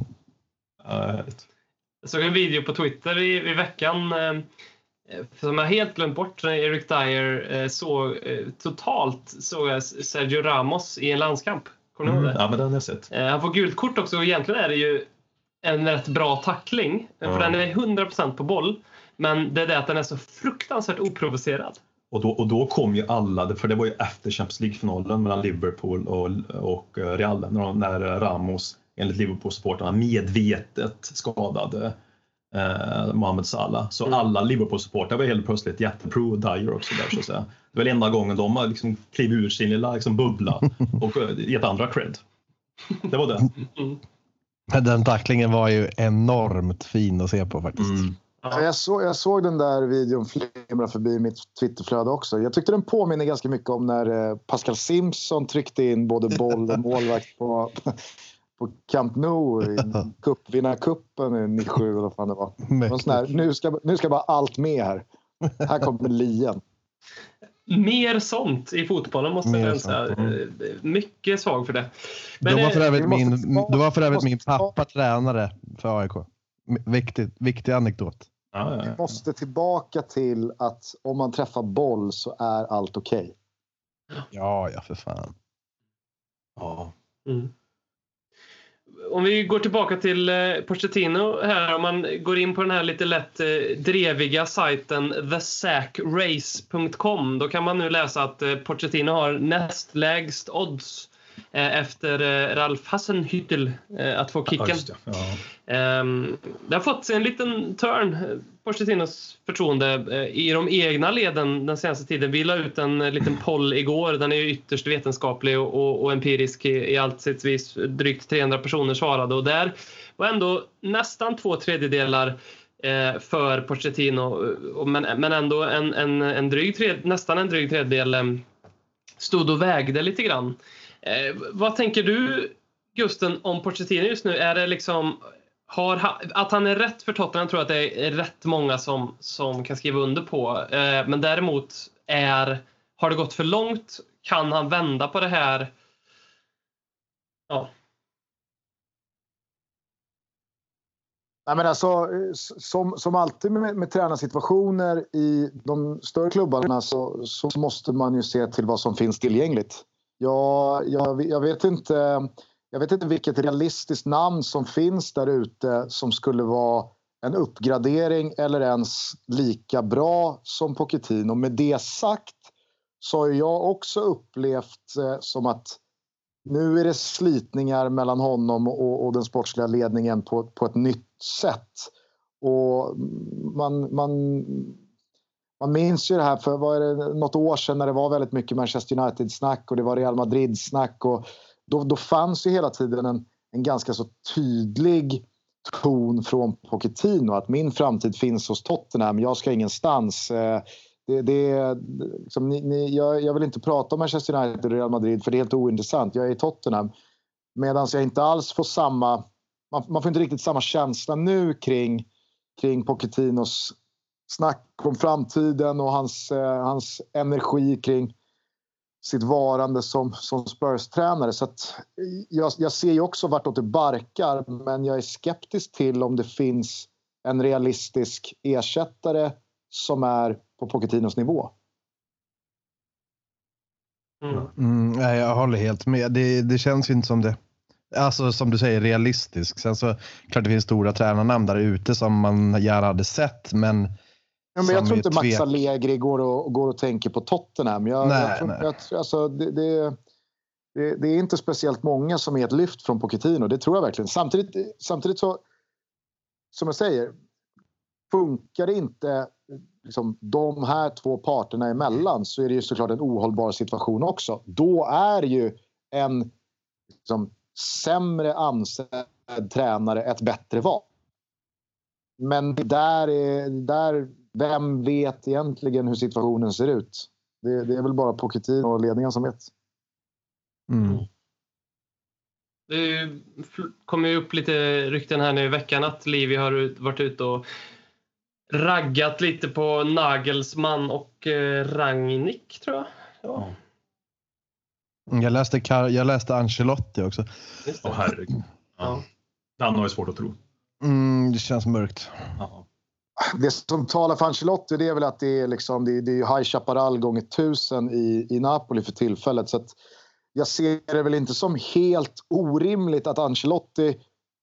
Jag såg en video på Twitter i veckan som jag helt glömt bort när Eric Dyer såg jag Sergio Ramos i en landskamp. Kommer ni ihåg det? Ja, men den har jag sett. Han får gult kort också och egentligen är det ju en rätt bra tackling. För den är 100% på boll. Men det är det att den är så fruktansvärt oprovocerad. Och då kom ju alla, för det var ju efter Champions League-finalen mellan Liverpool och Real när Ramos enligt Liverpool-supporterna medvetet skadade Mohamed Salah. Så alla Liverpool-supporter var helt plötsligt jättepro Dyer också där så att säga. Det var den enda gången de har liksom klivit ur sin lilla liksom bubbla och gett andra cred. Det var det. Den tacklingen var ju enormt fin att se på faktiskt. Jag såg den där videon flimra förbi mitt Twitterflöde också. Jag tyckte den påminner ganska mycket om när Pascal Simpson tryckte in både boll och målvakt på Camp Nou i vinnarcupen 97 eller vad fan det var. Sån här, nu ska bara allt med här. Här kommer lien. Mer sånt i fotbollen måste jag säga. Mycket svag för det. Men då var för övrigt min pappa tränare för AIK. Viktig anekdot. Vi måste tillbaka till att om man träffar boll så är allt okej. Ja, för fan. Ja. Om vi går tillbaka till Pochettino här, om man går in på den här lite lätt dreviga sajten thesackrace.com, då kan man nu läsa att Pochettino har näst lägst odds efter Ralf Hasenhüttl att få kicken. Det har fått en liten turn, Pochettinos förtroende i de egna leden den senaste tiden. Vi la ut en liten poll igår, den är ju ytterst vetenskaplig och empirisk i allt sitt vis. Drygt 300 personer svarade och där var ändå nästan 2/3 för Pochettino, men ändå nästan en dryg tredjedel stod och vägde lite grann. Vad tänker du, Gusten, om Pochettino just nu? Är det liksom att han är rätt för Tottenham, tror jag att det är rätt många som kan skriva under på. Men däremot har det gått för långt? Kan han vända på det här? Ja. Nej, men alltså, som alltid med tränarsituationer i de större klubbarna så måste man ju se till vad som finns tillgängligt. Jag vet inte vilket realistiskt namn som finns där ute som skulle vara en uppgradering eller ens lika bra som Pochettino. Med det sagt så har jag också upplevt som att nu är det slitningar mellan honom och den sportsliga ledningen på ett nytt sätt. Och man minns ju det här för något år sedan när det var väldigt mycket Manchester United-snack och det var Real Madrid-snack. Och då fanns ju hela tiden en ganska så tydlig ton från Pochettino att min framtid finns hos Tottenham, jag ska ingenstans. Jag vill inte prata om Manchester United och Real Madrid för det är helt ointressant. Jag är i Tottenham. Medan jag inte alls får samma... Man får inte riktigt samma känsla nu kring Pochettinos snack om framtiden och hans energi kring sitt varande som Spurs-tränare. Så att jag ser ju också vartåt det barkar, men jag är skeptisk till om det finns en realistisk ersättare som är på Pochettinos nivå. Nej, jag håller helt med. Det känns ju inte som det. Alltså som du säger, realistisk. Sen så klart det finns stora tränarnamn där ute som man gärna hade sett, men jag tror inte Max Allegri går och tänker på Tottenham. Det är inte speciellt många som är ett lyft från Pochettino. Det tror jag verkligen. Samtidigt så, som jag säger, funkar det inte liksom, de här två parterna emellan, så är det ju såklart en ohållbar situation också. Då är ju en liksom, sämre ansedd tränare ett bättre val. Men där vem vet egentligen hur situationen ser ut? Det är väl bara Pochettino och ledningen som vet. Det kommer ju upp lite rykten här nu i veckan att Livi har varit ute och raggat lite på Nagelsmann och Rangnick, tror jag. Ja. Jag läste Ancelotti också. Herregud. Ja. Han har ju svårt att tro. Det känns mörkt. Ja. Det som talar för Ancelotti, det är väl att det är liksom, det är High Chaparral gånger 1000 i Napoli för tillfället. Så att jag ser det väl inte som helt orimligt att Ancelotti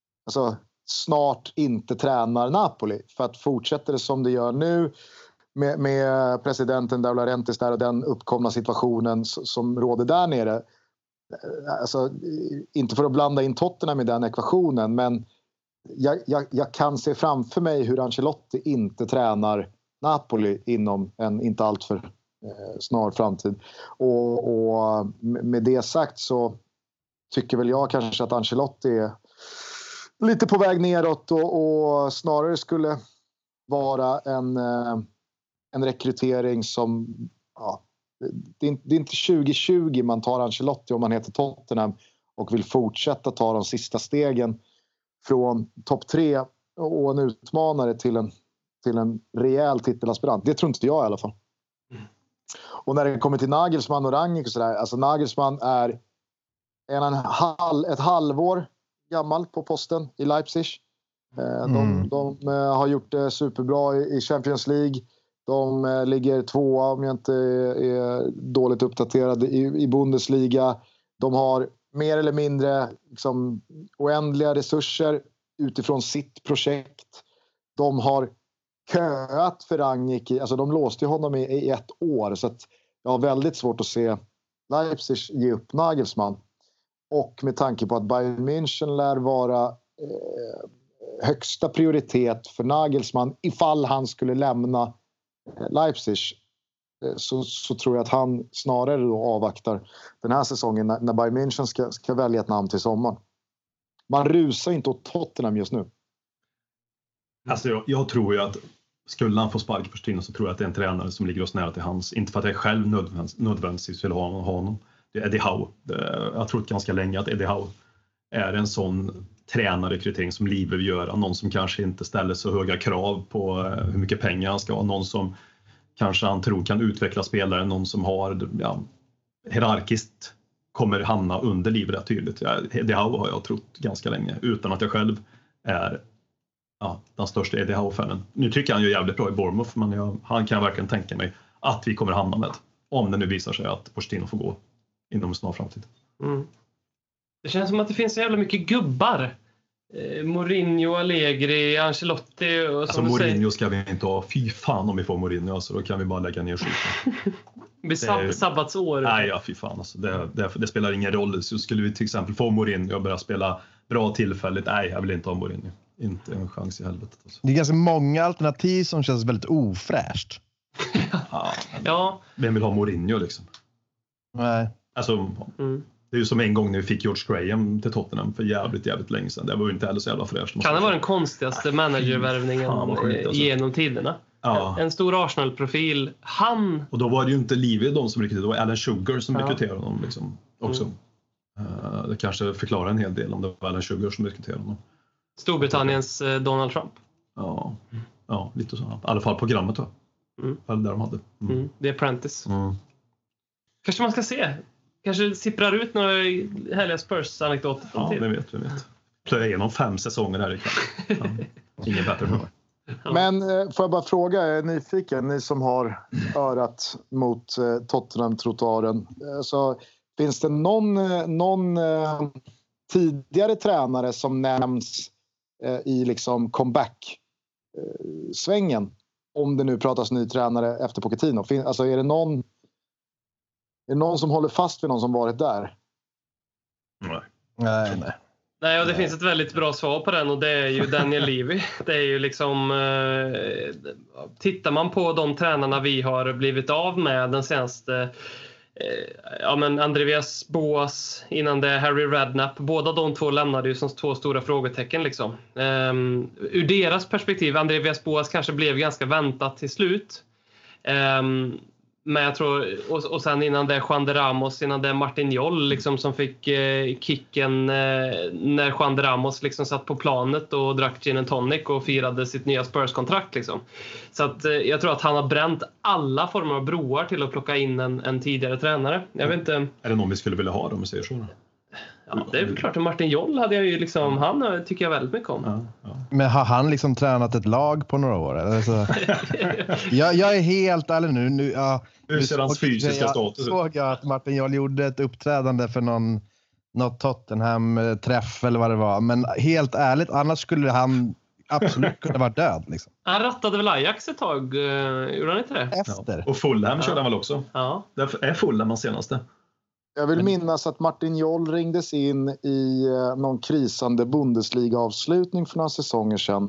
snart inte tränar Napoli. För att fortsätter det som det gör nu med presidenten De Laurentiis där och den uppkomna situationen som råder där nere. Alltså, inte för att blanda in Tottenham i den ekvationen, men jag kan se framför mig hur Ancelotti inte tränar Napoli inom en inte alltför snar framtid. Och med det sagt så tycker väl jag kanske att Ancelotti är lite på väg neråt och snarare skulle vara en rekrytering som det är inte 2020 man tar Ancelotti om man heter Tottenham och vill fortsätta ta de sista stegen från topp 3 och en utmanare till en rejäl titelaspirant. Det tror inte jag i alla fall. Och när det kommer till Nagelsmann och Rangnick och sådär, alltså Nagelsmann är ett halvår gammal på posten i Leipzig. De har gjort det superbra i Champions League. De ligger 2 om jag inte är dåligt uppdaterad i Bundesliga. De har mer eller mindre liksom, oändliga resurser utifrån sitt projekt. De har köat för Rangnick. Alltså de låste honom i 1 år. Så att jag har väldigt svårt att se Leipzig ge upp Nagelsmann. Och med tanke på att Bayern München lär vara högsta prioritet för Nagelsmann ifall han skulle lämna Leipzig, så tror jag att han snarare då avvaktar den här säsongen när Bayern München ska välja ett namn till sommaren. Man rusar inte åt Tottenham just nu. Alltså jag tror ju att skulle han få spark på Stino så tror jag att det är en tränare som ligger oss nära till hans. Inte för att jag själv nödvändigtvis vill ha honom. Det är Eddie Howe. Jag har trott ganska länge att Eddie Howe är en sån tränarrekrytering som Live vill göra. Någon som kanske inte ställer så höga krav på hur mycket pengar han ska ha. Någon som kanske han tror kan utveckla spelare. Någon som har hierarkiskt kommer hamna under Live rätt tydligt. Eddie Howe har jag trott ganska länge utan att jag själv är den största Eddie Howe-fanen. Nu tycker han ju jävligt bra i Bournemouth, men han kan verkligen tänka mig att vi kommer hamna med. Om det nu visar sig att Pochettino får gå inom en snar framtid. Mm. Det känns som att det finns så jävla mycket gubbar. Mourinho, Allegri, Ancelotti och alltså Mourinho ska vi inte ha. Fy fan om vi får Mourinho, så då kan vi bara lägga ner skiten. Sabbatsår. Nej, fy fan alltså. Det spelar ingen roll. Så skulle vi till exempel få Mourinho och börja spela bra tillfälligt. Nej, jag vill inte ha Mourinho. Inte en chans i helvetet. Alltså. Det är ganska många alternativ som känns väldigt ofräscht. Ja. Vem vill ha Mourinho liksom? Nej. Alltså, det är ju som en gång när vi fick George Graham till Tottenham för jävligt länge sedan. Det var ju inte heller så jävla fräscht. Kan det vara den konstigaste managervärvningen genom tiderna? Ja. En stor Arsenal-profil. Och då var det ju inte Livi de som rekryterade, det var Alan Sugar som rekryterade honom liksom, också. Det kanske förklarar en hel del om det var Alan Sugar som rekryterade honom. Storbritanniens Donald Trump. Ja, lite så. I alla fall programmet då. Eller där de hade. The Apprentice. Kanske man ska se. Kanske sipprar ut några härliga Spurs-anekdoter. Ja, vem vet. Plöja igenom 5 säsonger här ikväll. Ingen bättre för mig. Men får jag bara fråga, jag är nyfiken, ni som har örat mot Tottenham-trottoaren. Så finns det någon tidigare tränare som nämns i liksom comeback-svängen? Om det nu pratas ny tränare efter Pochettino. Alltså är det någon som håller fast vid någon som varit där? Nej. Nej, och det finns ett väldigt bra svar på den, och det är ju Daniel Levy. Det är ju liksom, tittar man på de tränarna vi har blivit av med den senaste, Andreas Boas, innan det Harry Redknapp, båda de två lämnade ju som 2 stora frågetecken liksom. Ur deras perspektiv, Andreas Boas kanske blev ganska väntat till slut. Men jag tror, och sen innan det Juan de Ramos, innan det Martin Jol liksom, som fick kicken när Juan de Ramos liksom satt på planet och drack gin and tonic och firade sitt nya Spurs-kontrakt liksom. Så att jag tror att han har bränt alla former av broar till att plocka in en tidigare tränare. Jag vet inte. Är det någon vi skulle vilja ha om vi säger så? Ja, det är väl klart att Martin Jol hade jag ju liksom, han tycker jag väldigt mycket om. Ja. Men har han liksom tränat ett lag på några år? Alltså, jag är helt ärlig nu. Hur ser hans fysiska status ut? Jag såg att Martin Jol gjorde ett uppträdande för något Tottenham-träff eller vad det var. Men helt ärligt, annars skulle han absolut kunna vara död. Liksom. Han rattade väl Ajax ett tag, gjorde han inte det? Efter. Ja. Och Fulham körde han väl också? Ja. Det är Fulham hans senaste. Jag vill minnas att Martin Jol ringdes in i någon krisande Bundesliga-avslutning för några säsonger sedan.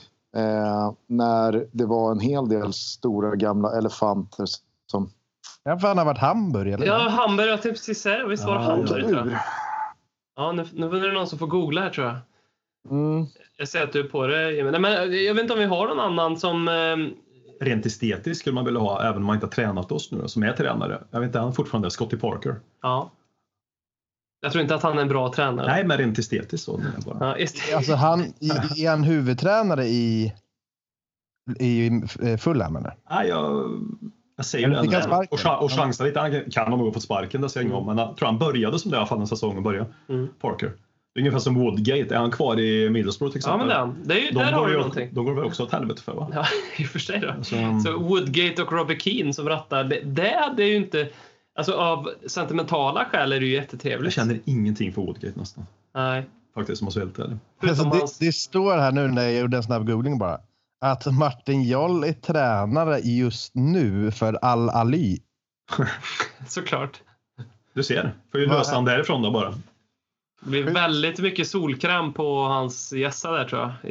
När det var en hel del stora gamla elefanter som... Ja, för han har varit Hamburg, eller? Ja, Hamburg, jag typ precis säga. Visst var det Hamburg, tror jag. Ja, nu är det någon som får googla här, tror jag. Jag ser att du är på det. Men jag vet inte om vi har någon annan som... Rent estetiskt skulle man vilja ha, även om man inte har tränat oss nu, som är tränare. Jag vet inte, han är fortfarande Scotty Parker. Ja. Jag tror inte att han är en bra tränare. Nej, men rent estetiskt så. Bara. Ja, alltså är han huvudtränare i Fulham, eller? Nej, jag säger det. Och chansar lite. Han kan nog ha fått sparken, det säger jag om. Men jag tror han började som det i alla fall när säsongen började. Parker. Det är ungefär som Woodgate. Är han kvar i Middlesbrough till exempel? Ja, men det är ju, där har du någonting. De går väl också åt helvete för, va? Ja, i och för sig då. Så Woodgate och Robbie Keane som rattar, det hade ju inte... Alltså av sentimentala skäl är det ju jättetrevligt. Jag känner ingenting för Woodgate nästan. Nej. Faktiskt, som har svällt det. Alltså, det står här nu när jag gjorde en snabb googling bara. Att Martin Jol är tränare just nu för Al-Ali. Såklart. Du ser. Får ju lösa han därifrån då bara. Det blir väldigt mycket solkräm på hans gässa där, tror jag.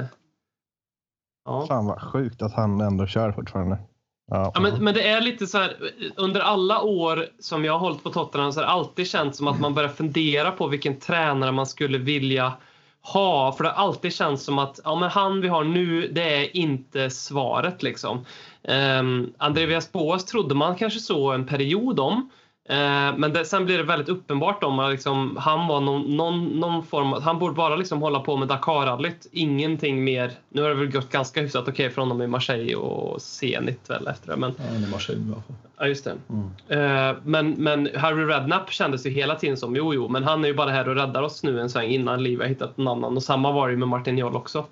Ja. Fan vad sjukt att han ändå kör fortfarande. Ja, men det är lite så här, under alla år som jag har hållit på Tottenham så har det alltid känts som att man börjar fundera på vilken tränare man skulle vilja ha, för det har alltid känts som att men han vi har nu, det är inte svaret liksom. André Villas-Boas trodde man kanske så en period om. Men sen blir det väldigt uppenbart om att liksom, han var någon form, han borde bara liksom hålla på med Dakar-rallyt, ingenting mer. Nu har det väl gått ganska hyfsat okej för honom i Marseille och Zenit väl efter det, men i Marseille i alla fall. Ja, just det. Men Harry Redknapp kändes ju hela tiden som jo, men han är ju bara här och räddar oss nu en sväng innan Liv har hittat en annan, och samma var det med Martin Jol också.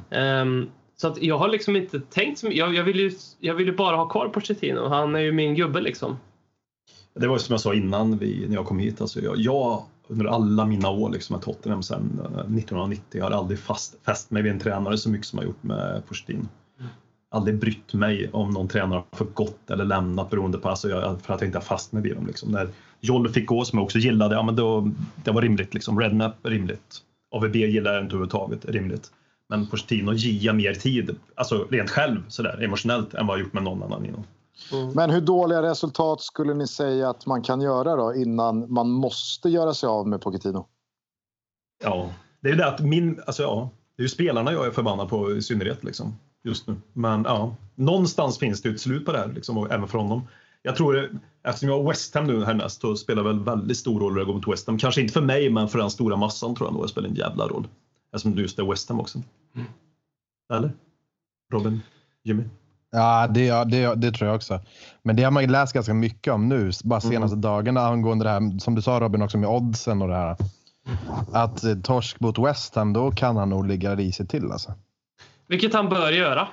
Så att jag har liksom inte tänkt som, jag vill ju bara ha kvar Pochettino, han är ju min gubbe liksom. Det var ju som jag sa innan när jag kom hit. Alltså jag under alla mina år liksom, med Tottenham sedan 1990 har aldrig fäst mig vid en tränare så mycket som jag gjort med Pochettino. Aldrig brytt mig om någon tränare har fått gått eller lämnat beroende på för att jag inte har fast med dem. Liksom. När Jolle fick gå, som jag också gillade, men det var rimligt. Liksom. Redknapp rimligt. AVB gillar jag inte överhuvudtaget, rimligt. Men Pochettino ger mer tid, alltså rent själv sådär, emotionellt, än vad jag gjort med någon annan innan. Men hur dåliga resultat skulle ni säga att man kan göra då innan man måste göra sig av med Pochettino? Ja, det är ju det att det är ju spelarna jag är förbannad på i synnerhet liksom, just nu. Men ja, någonstans finns det ett slut på det här liksom, och även för honom. Jag tror, eftersom jag har West Ham nu härnäst, så spelar väl väldigt stor roll att gå mot West Ham. Kanske inte för mig, men för den stora massan tror jag nog det spelar en jävla roll. Eftersom du just är West Ham också. Eller? Robin? Jimmy? Ja, det tror jag också. Men det har man ju läst ganska mycket om nu, bara senaste dagarna, angående det här, som du sa Robin också, med oddsen och det här. Att torsk mot West Ham, då kan han nog ligga risigt till alltså. Vilket han bör göra.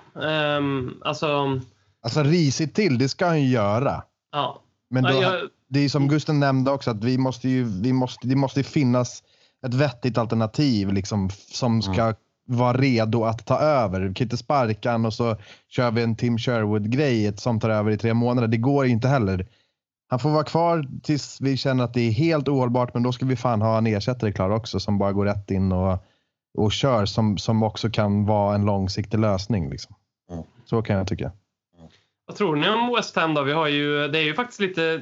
Alltså risigt till, det ska han ju göra. Ja. Men då, det är som Gusten nämnde också, att det måste finnas ett vettigt alternativ liksom, som ska vara redo att ta över. Vi kan inte sparka han och så kör vi en Tim Sherwood-grej som tar över i 3 månader. Det går inte heller. Han får vara kvar tills vi känner att det är helt ohållbart, men då ska vi fan ha en ersättare klar också som bara går rätt in och kör, som också kan vara en långsiktig lösning liksom. Så kan jag tycka. Vad tror ni om West Ham då? Det är ju faktiskt lite,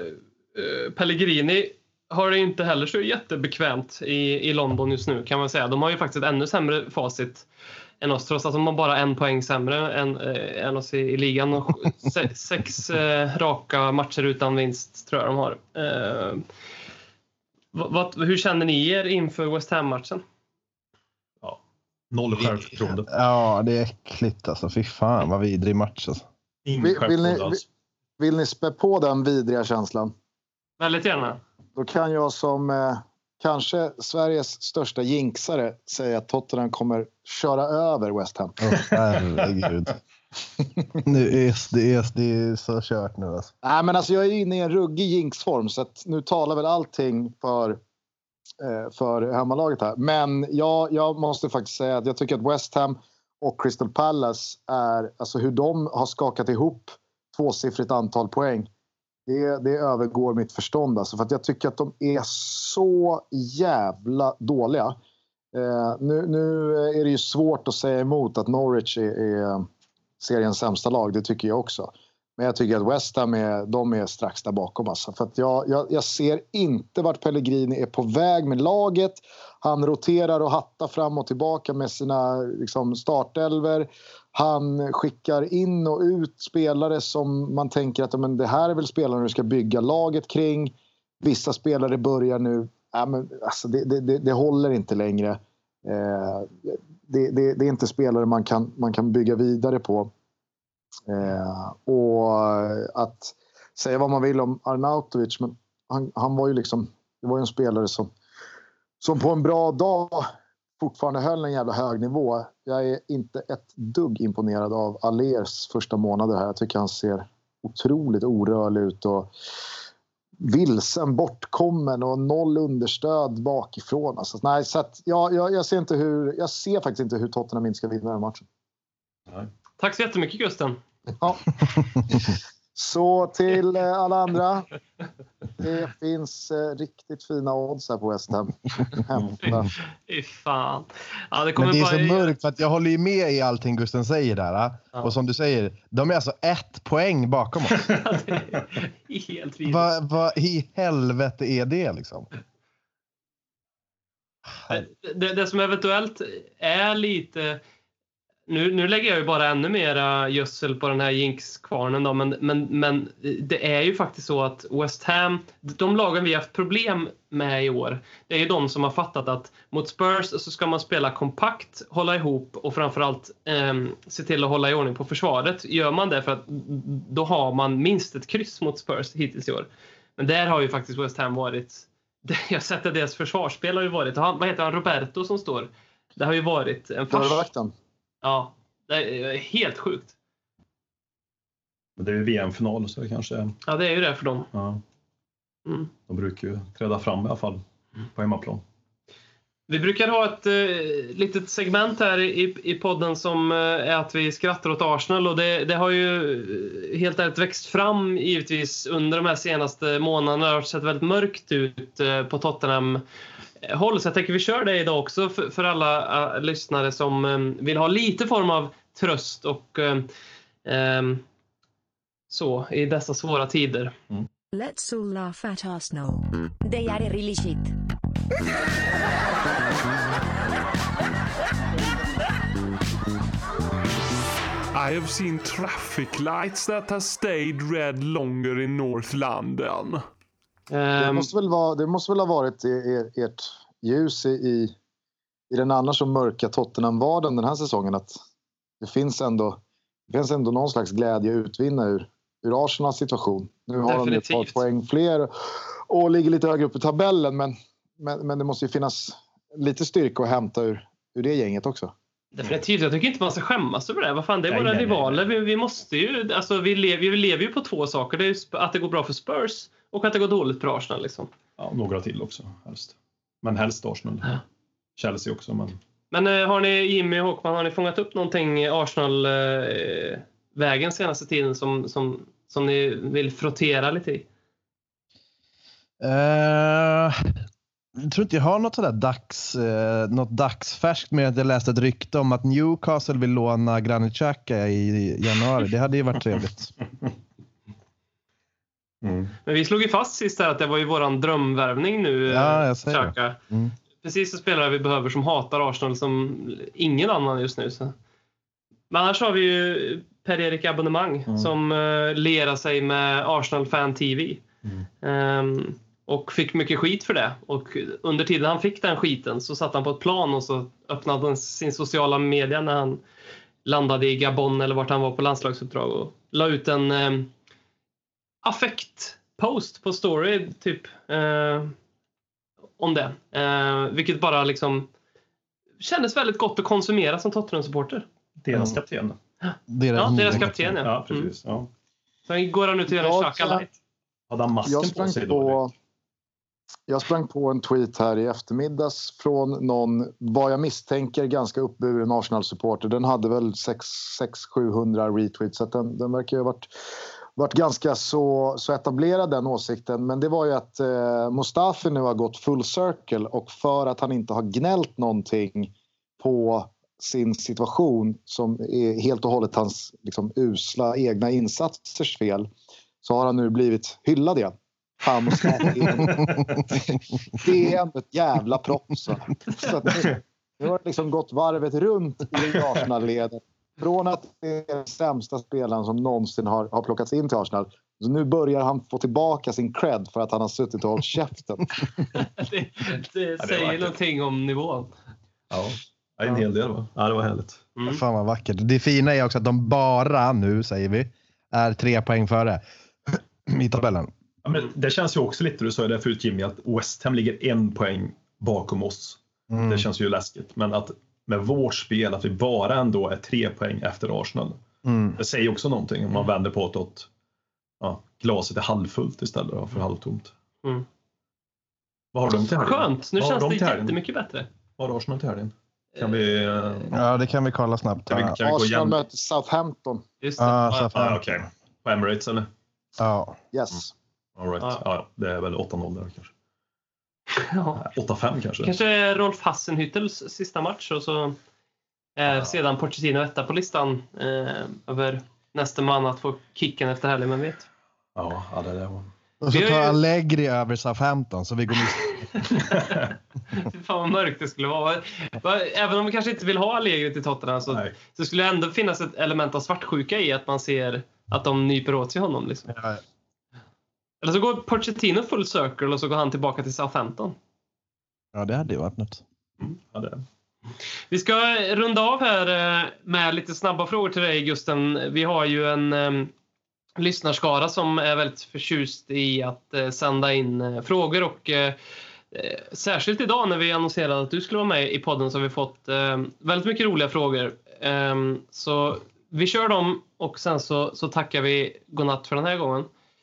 Pellegrini har det inte heller så jättebekvämt i London just nu, kan man säga. De har ju faktiskt ett ännu sämre facit än oss, trots att de har bara 1 poäng sämre än oss i ligan. Och 6 raka matcher utan vinst tror jag de har. Hur känner ni er inför West Ham-matchen? Ja, 0 självförtroende. Ja, det är äckligt alltså. Fy fan, vad vidrig match alltså. Vill ni spä på den vidriga känslan? Väldigt gärna. Då kan jag som kanske Sveriges största jinxare säga att Tottenham kommer köra över West Ham. Herregud. Det är så kört nu alltså. Nej, men alltså jag är inne i en ruggig jinxform, så att nu talar väl allting för hemmalaget här. Men jag måste faktiskt säga att jag tycker att West Ham och Crystal Palace är, alltså hur de har skakat ihop 2-siffrigt antal poäng. Det övergår mitt förstånd alltså, för att jag tycker att de är så jävla dåliga. Nu är det ju svårt att säga emot att Norwich är seriens sämsta lag, det tycker jag också. Men jag tycker att West Ham är strax där bakom alltså, för att jag ser inte vart Pellegrini är på väg med laget. Han roterar och hattar fram och tillbaka med sina liksom, startelver. Han skickar in och ut spelare som man tänker att men det här är väl spelare du ska bygga laget kring. Vissa spelare börjar nu, alltså det håller inte längre. Det är inte spelare man kan bygga vidare på. Och att säga vad man vill om Arnautovic, men han var ju liksom, det var ju en spelare som på en bra dag fortfarande höll en jävla hög nivå. Jag är inte ett dugg imponerad av Allers första månader här. Jag tycker han ser otroligt orörlig ut och vilsen, bortkommen och 0 understöd bakifrån. Alltså, nej, så att jag ser faktiskt inte hur Tottenham inte ska vinna den matchen. Nej. Tack så jättemycket, Gusten. Ja. Så till alla andra. Det finns riktigt fina odds här på West Ham. Fy fan. Ja, men det är så mörkt, för att jag håller ju med i allting Gusten säger där. Ja. Och som du säger, de är alltså 1 poäng bakom oss. Det är helt vidrigt. Vad i helvete är det liksom? Det som eventuellt är lite... Nu lägger jag ju bara ännu mera gödsel på den här Jinx-kvarnen då, men det är ju faktiskt så att West Ham, de lagen vi har haft problem med i år, det är ju de som har fattat att mot Spurs så ska man spela kompakt, hålla ihop och framförallt se till att hålla i ordning på försvaret. Gör man det, för att då har man minst ett kryss mot Spurs hittills i år. Men där har ju faktiskt West Ham varit, jag har sett att deras försvarsspel har ju varit, vad heter han, Roberto som står, det har ju varit en Dörrvakten. Ja, det är helt sjukt. Men det är ju VM-final så det kanske... Ja, det är ju det för dem. Ja. De brukar ju träda fram i alla fall på hemmaplan. Vi brukar ha ett litet segment här i podden som är att vi skrattar åt Arsenal. Och det har ju helt ärligt växt fram givetvis under de här senaste månaderna. Det har sett väldigt mörkt ut på Tottenham håll. Så jag tänker vi kör det idag också för alla lyssnare som vill ha lite form av tröst och så i dessa svåra tider. Let's all laugh at Arsenal. They are really shit. I have seen traffic lights that have stayed red longer in North London. Det måste väl ha varit ert ljus i den annars så mörka Tottenham-vardagen den här säsongen, att det finns ändå någon slags glädje att utvinna ur Arsenals situation. Nu har de ett par poäng fler och ligger lite högre upp i tabellen, men det måste ju finnas lite styrka att hämta ur det gänget också. Definitivt, jag tycker inte man ska skämmas över det. Vad fan, det är våra rivaler. Vi måste ju, alltså vi lever ju på två saker. Det är att det går bra för Spurs och att det går dåligt för Arsenal liksom. Ja, några till också helst. Men helst Arsenal. Ja. Chelsea också, men har ni, Jimmy och Håkman, har ni fångat upp någonting i Arsenal vägen senaste tiden som ni vill frottera lite i? Jag tror inte jag har något sådär något dagsfärskt, med att jag läste ett rykte om att Newcastle vill låna Granit Xhaka i januari. Det hade ju varit trevligt. Men vi slog ju fast sist här att det var ju våran drömvärvning nu. Ja, jag säger Xhaka. Precis så spelare vi behöver som hatar Arsenal som ingen annan just nu. Så. Men annars har vi ju Per-Erik Abonnemang som lerar sig med Arsenal Fan TV. Och fick mycket skit för det. Och under tiden han fick den skiten så satt han på ett plan och så öppnade han sin sociala media när han landade i Gabon eller vart han var på landslagsuppdrag och la ut en affekt-post på story typ om det. Vilket bara liksom kändes väldigt gott att konsumera som Tottenham-supporter. Deras kapten. Deras kapten, ja. Ja, precis. Ja. Sen går han ut och gör en Xhaka light. Hade han masken på sig då? Jag sprang på en tweet här i eftermiddags från någon, vad jag misstänker, ganska uppburen Arsenal-supporter. Den hade väl 600-700 retweets, så att den verkar ju ha varit ganska så etablerad, den åsikten. Men det var ju att Mustafi nu har gått full circle, och för att han inte har gnällt någonting på sin situation som är helt och hållet hans liksom usla egna insatsers fel, så har han nu blivit hyllad igen. Fan, Mustafi det är ändå ett jävla props. Så att nu har liksom gått varvet runt i Arsenal-ledet. Från att det är den sämsta spelaren som någonsin har plockats in till Arsenal. Så nu börjar han få tillbaka sin cred för att han har suttit och hållit käften. det säger någonting om nivån. Ja, en hel del va? Ja, det var härligt. Fan vad vackert. Det fina är också att de bara nu, säger vi, är 3 poäng före i tabellen. Ja, men det känns ju också lite, du sa ju det förut Jimmy, att West Ham ligger 1 poäng bakom oss. Det känns ju läskigt. Men att med vårt spel att vi bara ändå är 3 poäng efter Arsenal. Det säger också någonting om man vänder på åt glaset är halvfullt istället för halvtomt. Vad har de till helgen? Skönt, nu känns det jättemycket bättre. Vad har Arsenal till helgen? Kan vi... Ja, det kan vi kolla snabbt. Arsenal möter Southampton. Just det. Okej. På Emirates eller? Ja. Yes. All right. Ja, det är väl 8-0 där kanske. Ja. 8-5 kanske. Kanske Rolf Hassenhüttels sista match, och så sedan Pochettino etta på listan över nästa man att få kicken efter helgen, men vet. Ja, det var. Och så tar Allegri över Southampton så vi går Fan vad mörkt det skulle vara. Även om vi kanske inte vill ha Allegri till Tottenham så skulle det ändå finnas ett element av svartsjuka i att man ser att de nyper åt sig honom. Liksom. Ja. Eller så går Pochettino full circle och så går han tillbaka till Southampton. Ja, det hade ju varit något. Ja, det. Vi ska runda av här med lite snabba frågor till dig, Gusten. Vi har ju en lyssnarskara som är väldigt förtjust i att sända in frågor och särskilt idag när vi annonserade att du skulle vara med i podden så har vi fått väldigt mycket roliga frågor. Så vi kör dem och sen så tackar vi godnatt för den här gången.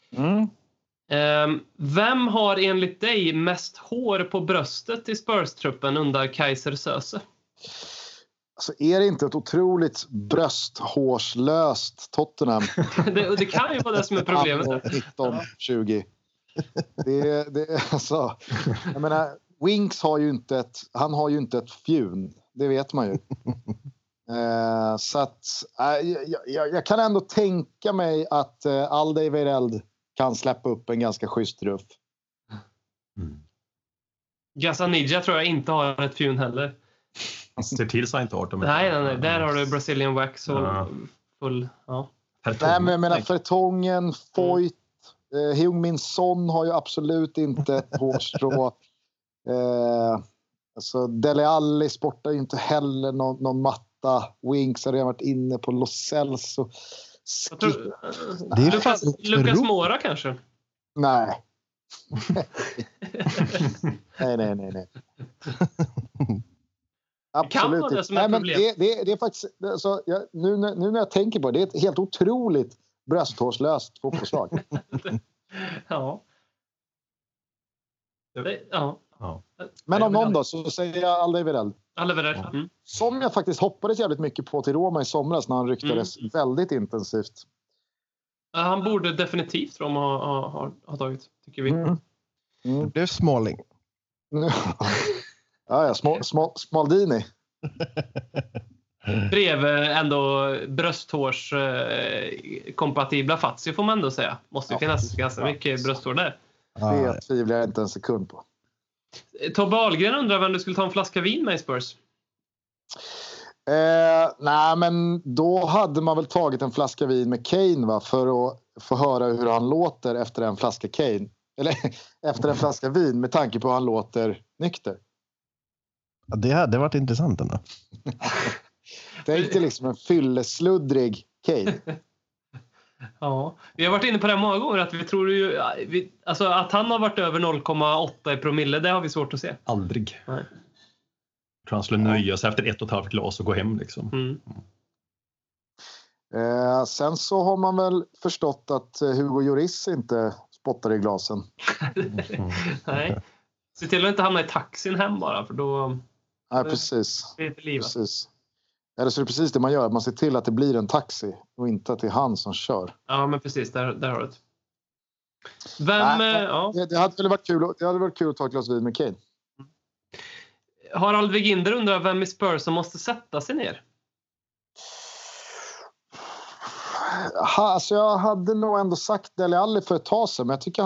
Vem har enligt dig mest hår på bröstet i Spurs-truppen under Kaiser Söze? Alltså är det inte ett otroligt brösthårslöst Tottenham? det kan ju vara det som är problemet. 19-20. Alltså, jag menar, Winks har ju inte ett fjun. Det vet man ju. Så att jag kan ändå tänka mig att Alderweireld kan släppa upp en ganska schysst ruff. Gazzaniga tror jag inte har ett fjun heller. Ser till så inte har de. Nej. Där har du Brazilian wax och full. Ja. Nej, men jag menar Fertongen, Foyt, Heung-min Son har ju absolut inte ett hårstrå. Alltså Dele Alli sportar ju inte heller någon matta. Winks har redan varit inne på Los Celso. Det är Lucas Moura kanske? Nej. Nej. Absolut inte. Nej, men det är faktiskt alltså, nu när jag tänker på det, det är ett helt otroligt brösthårslöst fotbollslag. Ja. Men om någon då så säger jag Alderweireld. Som jag faktiskt hoppades jävligt mycket på till Roma i somras när han ryktades väldigt intensivt. Han borde definitivt Roma ha tagit, tycker vi. Det är Smalling. Ja, Smaldini. Bredvid ändå brösthårs kompatibla Fazio får man ändå säga. Måste ju finnas ganska mycket brösthår där. Det tvivlar jag inte en sekund på. Tobbe Ahlgren undrar vem du skulle ta en flaska vin med i Spurs. Nej, men då hade man väl tagit en flaska vin med Kane, va? För att få höra hur han låter efter en flaska Kane. Eller efter en flaska vin med tanke på hur han låter nykter. Ja, det hade varit intressant ändå. Tänk dig liksom en fyllesludrig Kane. Ja, vi har varit inne på det många gånger att vi tror ju alltså att han har varit över 0,8 i promille, det har vi svårt att se. Aldrig. Nej. Jag tror han skulle nöja sig efter 1,5 glas och gå hem liksom. Sen så har man väl förstått att Hugo Lloris inte spottar i glasen. Nej. Se till att inte hamna i taxin hem bara, för då... Nej, precis. Det är livet. Precis. Eller så är det precis det man gör. Man ser till att det blir en taxi och inte att det är han som kör. Ja, men precis. Där har du det. Det hade väl varit kul. Det hade varit kul att ta ett glas vin med Kane. Harald Weginder undrar vem i Spurs som måste sätta sig ner. Alltså jag hade nog ändå sagt Dele Alli för ett tag sedan. Men jag tycker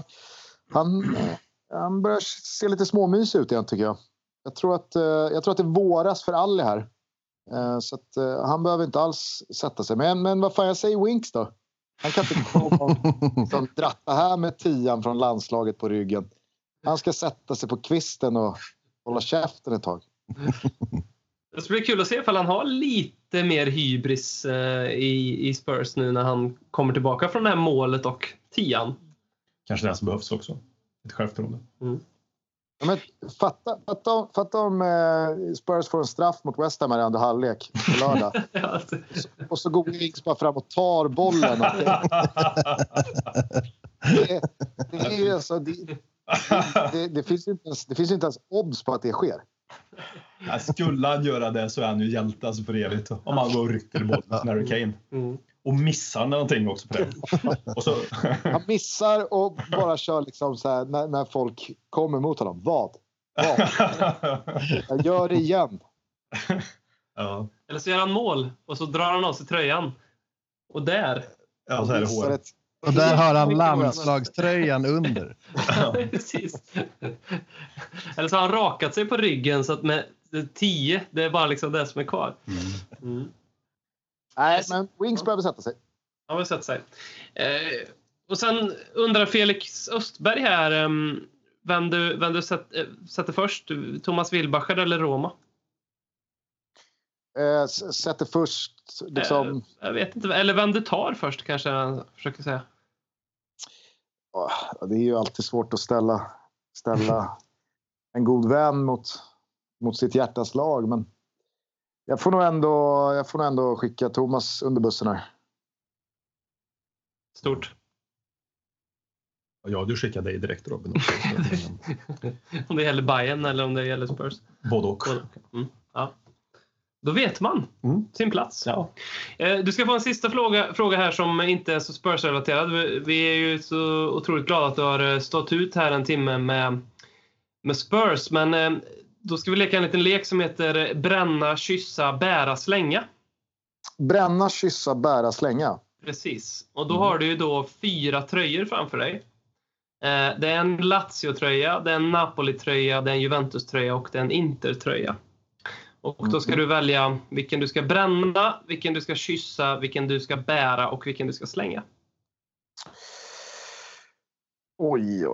han börjar se lite småmysig ut igen, tycker jag. Jag tror att det våras för Alli här. Så att han behöver inte alls sätta sig. Men vad fan, jag säger Winks då. Han kan inte komma och dratta här med 10 från landslaget på ryggen. Han ska sätta sig på kvisten och hålla käften ett tag. Det skulle bli kul att se ifall han har lite mer hybris i Spurs nu när han kommer tillbaka från det här målet och 10. Kanske det som behövs också. Ett självförtroende. Ja, men fatta om Spurs får en straff mot West Ham i andra halvlek på lördag. Och så går Winks bara fram och tar bollen. Det finns inte ens odds på att det sker. Ja, skulle han göra det så är han ju hjälte alltså för evigt. Om han går och rycker i bollen med Harry Kane. Och missar någonting också på det. Och så... Han missar och bara kör liksom så här när folk kommer mot honom. Vad? Jag gör det igen. Ja. Eller så gör han mål och så drar han av sig tröjan. Och där. Ja, så är det hår. Och där har han landslagströjan under. Precis. Eller så har han rakat sig på ryggen så att med 10, det är bara liksom det som är kvar. Nej, men Wings behöver sätta sig. Ja, vi sätter sig. Och sen undrar Felix Östberg här vem du sätter först, Thomas Wilbacher eller Roma? Sätter först liksom... Jag vet inte, eller vem du tar först kanske jag försöker säga. Det är ju alltid svårt att ställa en god vän mot sitt hjärtas lag, men jag får nog ändå skicka Thomas under bussen här. Stort. Ja, du skickar dig direkt, Robin. Om det gäller Bayern eller om det gäller Spurs. Både och. Ja. Då vet man sin plats. Ja. Du ska få en sista fråga här som inte är så Spurs-relaterad. Vi är ju så otroligt glada att du har stått ut här en timme med Spurs. Men då ska vi leka en liten lek som heter bränna, kyssa, bära, slänga. Bränna, kyssa, bära, slänga. Precis. Och då har du ju då 4 tröjor framför dig. Det är en Lazio-tröja, det är en Napoli-tröja, det är en Juventus-tröja och det är en Inter-tröja. Och då ska du välja vilken du ska bränna, vilken du ska kyssa, vilken du ska bära och vilken du ska slänga. Oj.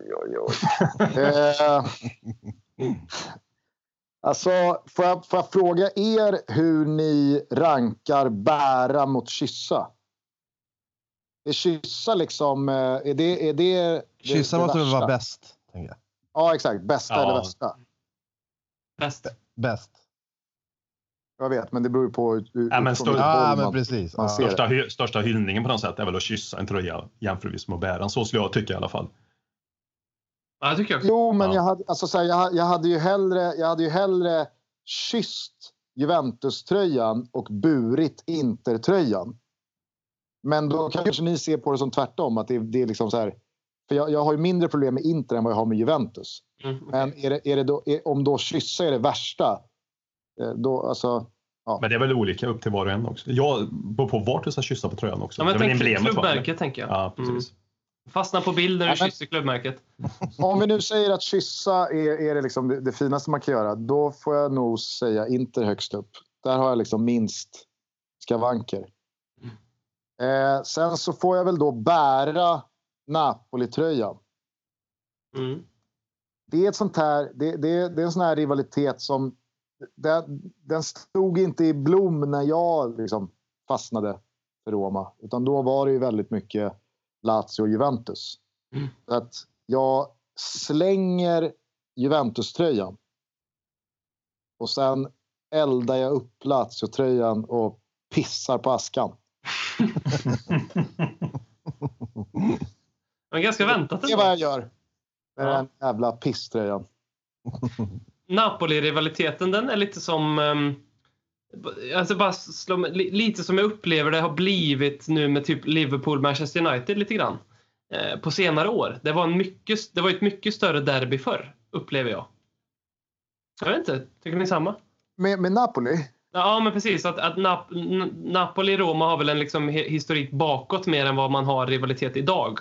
Alltså, får jag fråga er hur ni rankar bära mot kyssa? Är kyssa liksom... Är det kyssa måste väl vara bäst, tänker jag. Ja, exakt. Bästa eller värsta? Bäst. Jag vet, men det beror på men precis. Största hyllningen på något sätt är väl att kyssa en tröja jämförvis med att bära. Så skulle jag tycka i alla fall. Ja, jag tycker också. Jo, men jag hade ju hellre kysst Juventus-tröjan och burit Inter-tröjan. Men då kanske ni ser på det som tvärtom, att det är liksom så här, för jag har ju mindre problem med Inter än vad jag har med Juventus. Okay. Men är det då, om då kyssa är det värsta, då alltså... Ja. Men det är väl olika upp till var och en också. Jag beror på vart du ska kyssa på tröjan också. Ja, men jag tänker klubbmärket, tänker jag. Ja, precis. Fastna på bild när du kysser klubbmärket. Om vi nu säger att kyssa är det, liksom det finaste man kan göra, då får jag nog säga Inter högst upp. Där har jag liksom minst skavanker. Sen så får jag väl då bära Napoli-tröjan. Det är ett sånt här, det är en sån här rivalitet som den stod inte i blom när jag liksom fastnade för Roma, utan då var det ju väldigt mycket Lazio och Juventus. Så att jag slänger Juventus-tröjan och sen eldar jag upp Lazio-tröjan och pissar på askan. Men ganska väntat. Det är vad jag gör med den jävla pisströjan. Napoli-rivaliteten, den är lite som alltså bara lite som jag upplever det har blivit nu med typ Liverpool-Manchester United lite grann på senare år. Det var ett mycket större derby förr, upplever jag. Jag vet inte, tycker ni samma? Med Napoli? Ja, men precis. Att Napoli-Roma har väl en liksom historik bakåt mer än vad man har rivalitet idag.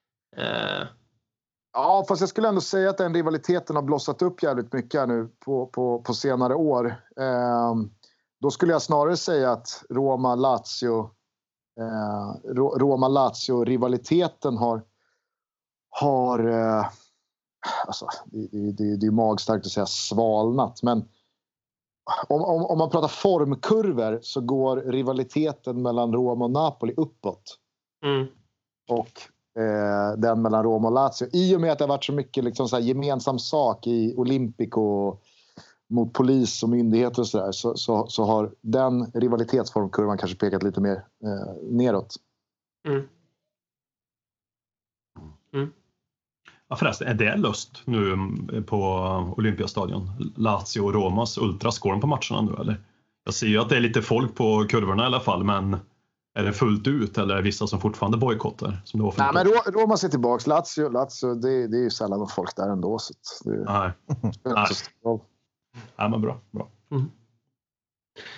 Ja, fast jag skulle ändå säga att den rivaliteten har blossat upp jävligt mycket här nu på senare år. Då skulle jag snarare säga att Roma-Lazio-rivaliteten har alltså, det är magstarkt att säga svalnat, men om man pratar formkurvor så går rivaliteten mellan Roma och Napoli uppåt. Och den mellan Roma och Lazio, i och med att det har varit så mycket liksom så här gemensam sak i Olympico mot polis och myndigheter och sådär, så har den rivalitetsformkurvan kanske pekat lite mer neråt. Ja, förresten, är det löst nu på Olympiastadion? Lazio och Romas ultraskåren på matcherna nu, eller? Jag ser ju att det är lite folk på kurvorna i alla fall, men är det fullt ut eller är det vissa som fortfarande bojkottar? Som det var för Nej, men Roma ser tillbaka. Lazio det är ju sällan någon folk där ändå. Så Nej. Ja, men bra.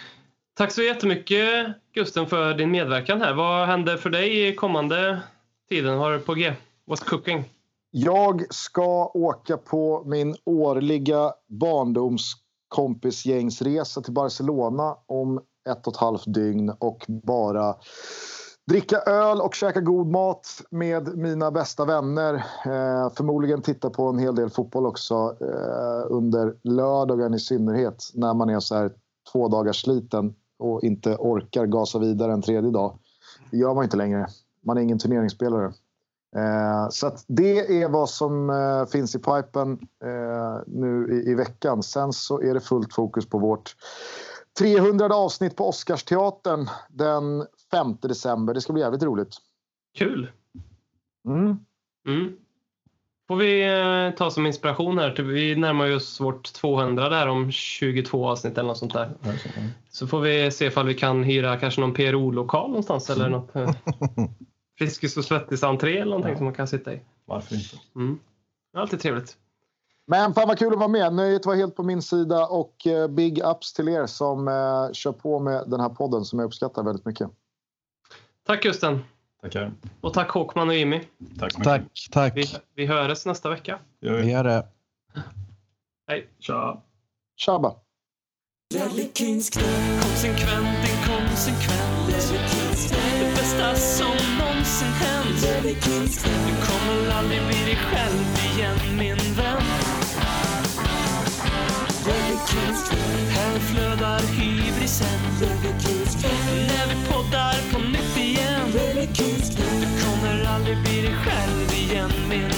Tack så jättemycket, Gusten, för din medverkan här. Vad händer för dig i kommande tiden? Har du på G? What's cooking? Jag ska åka på min årliga barndomskompisgängsresa till Barcelona om 1,5 dygn och bara dricka öl och käka god mat med mina bästa vänner. Förmodligen titta på en hel del fotboll också under lördagen i synnerhet när man är så här 2 dagars sliten och inte orkar gasa vidare en tredje dag. Det gör man inte längre. Man är ingen turneringsspelare. Så att det är vad som finns i pipen nu i veckan. Sen så är det fullt fokus på vårt 300 avsnitt på Oscarsteatern den 5 december. Det ska bli jävligt roligt. Kul. Får vi ta som inspiration här. Vi närmar oss vårt 200 där om 22 avsnitt eller något sånt där. Så får vi se ifall vi kan hyra kanske någon PRO-lokal någonstans eller något Friskis och Svettis entré eller någonting som man kan sitta i. Varför inte? Det är alltid trevligt. Men fan vad kul att vara med. Nöjet var helt på min sida och big ups till er som kör på med den här podden som jag uppskattar väldigt mycket. Tack Gusten. Tackar. Och tack Håkman och Jimmy. Tack så mycket. Tack. Vi hörs nästa vecka. Vi gör det. Hej. Tja. Tjaba. Ledley Kings knä. Konsekvent, inkonsekvent. Ledley Kings knä. Det bästa som någonsin hänt. Ledley Kings knä. Du kommer aldrig bli dig själv igen, min vän. Ledley Kings knä. Här flödar hybrisen. Ledley Kings knä. När vi poddar på nytt igen. Ledley Kings knä. Du kommer aldrig bli dig själv igen, min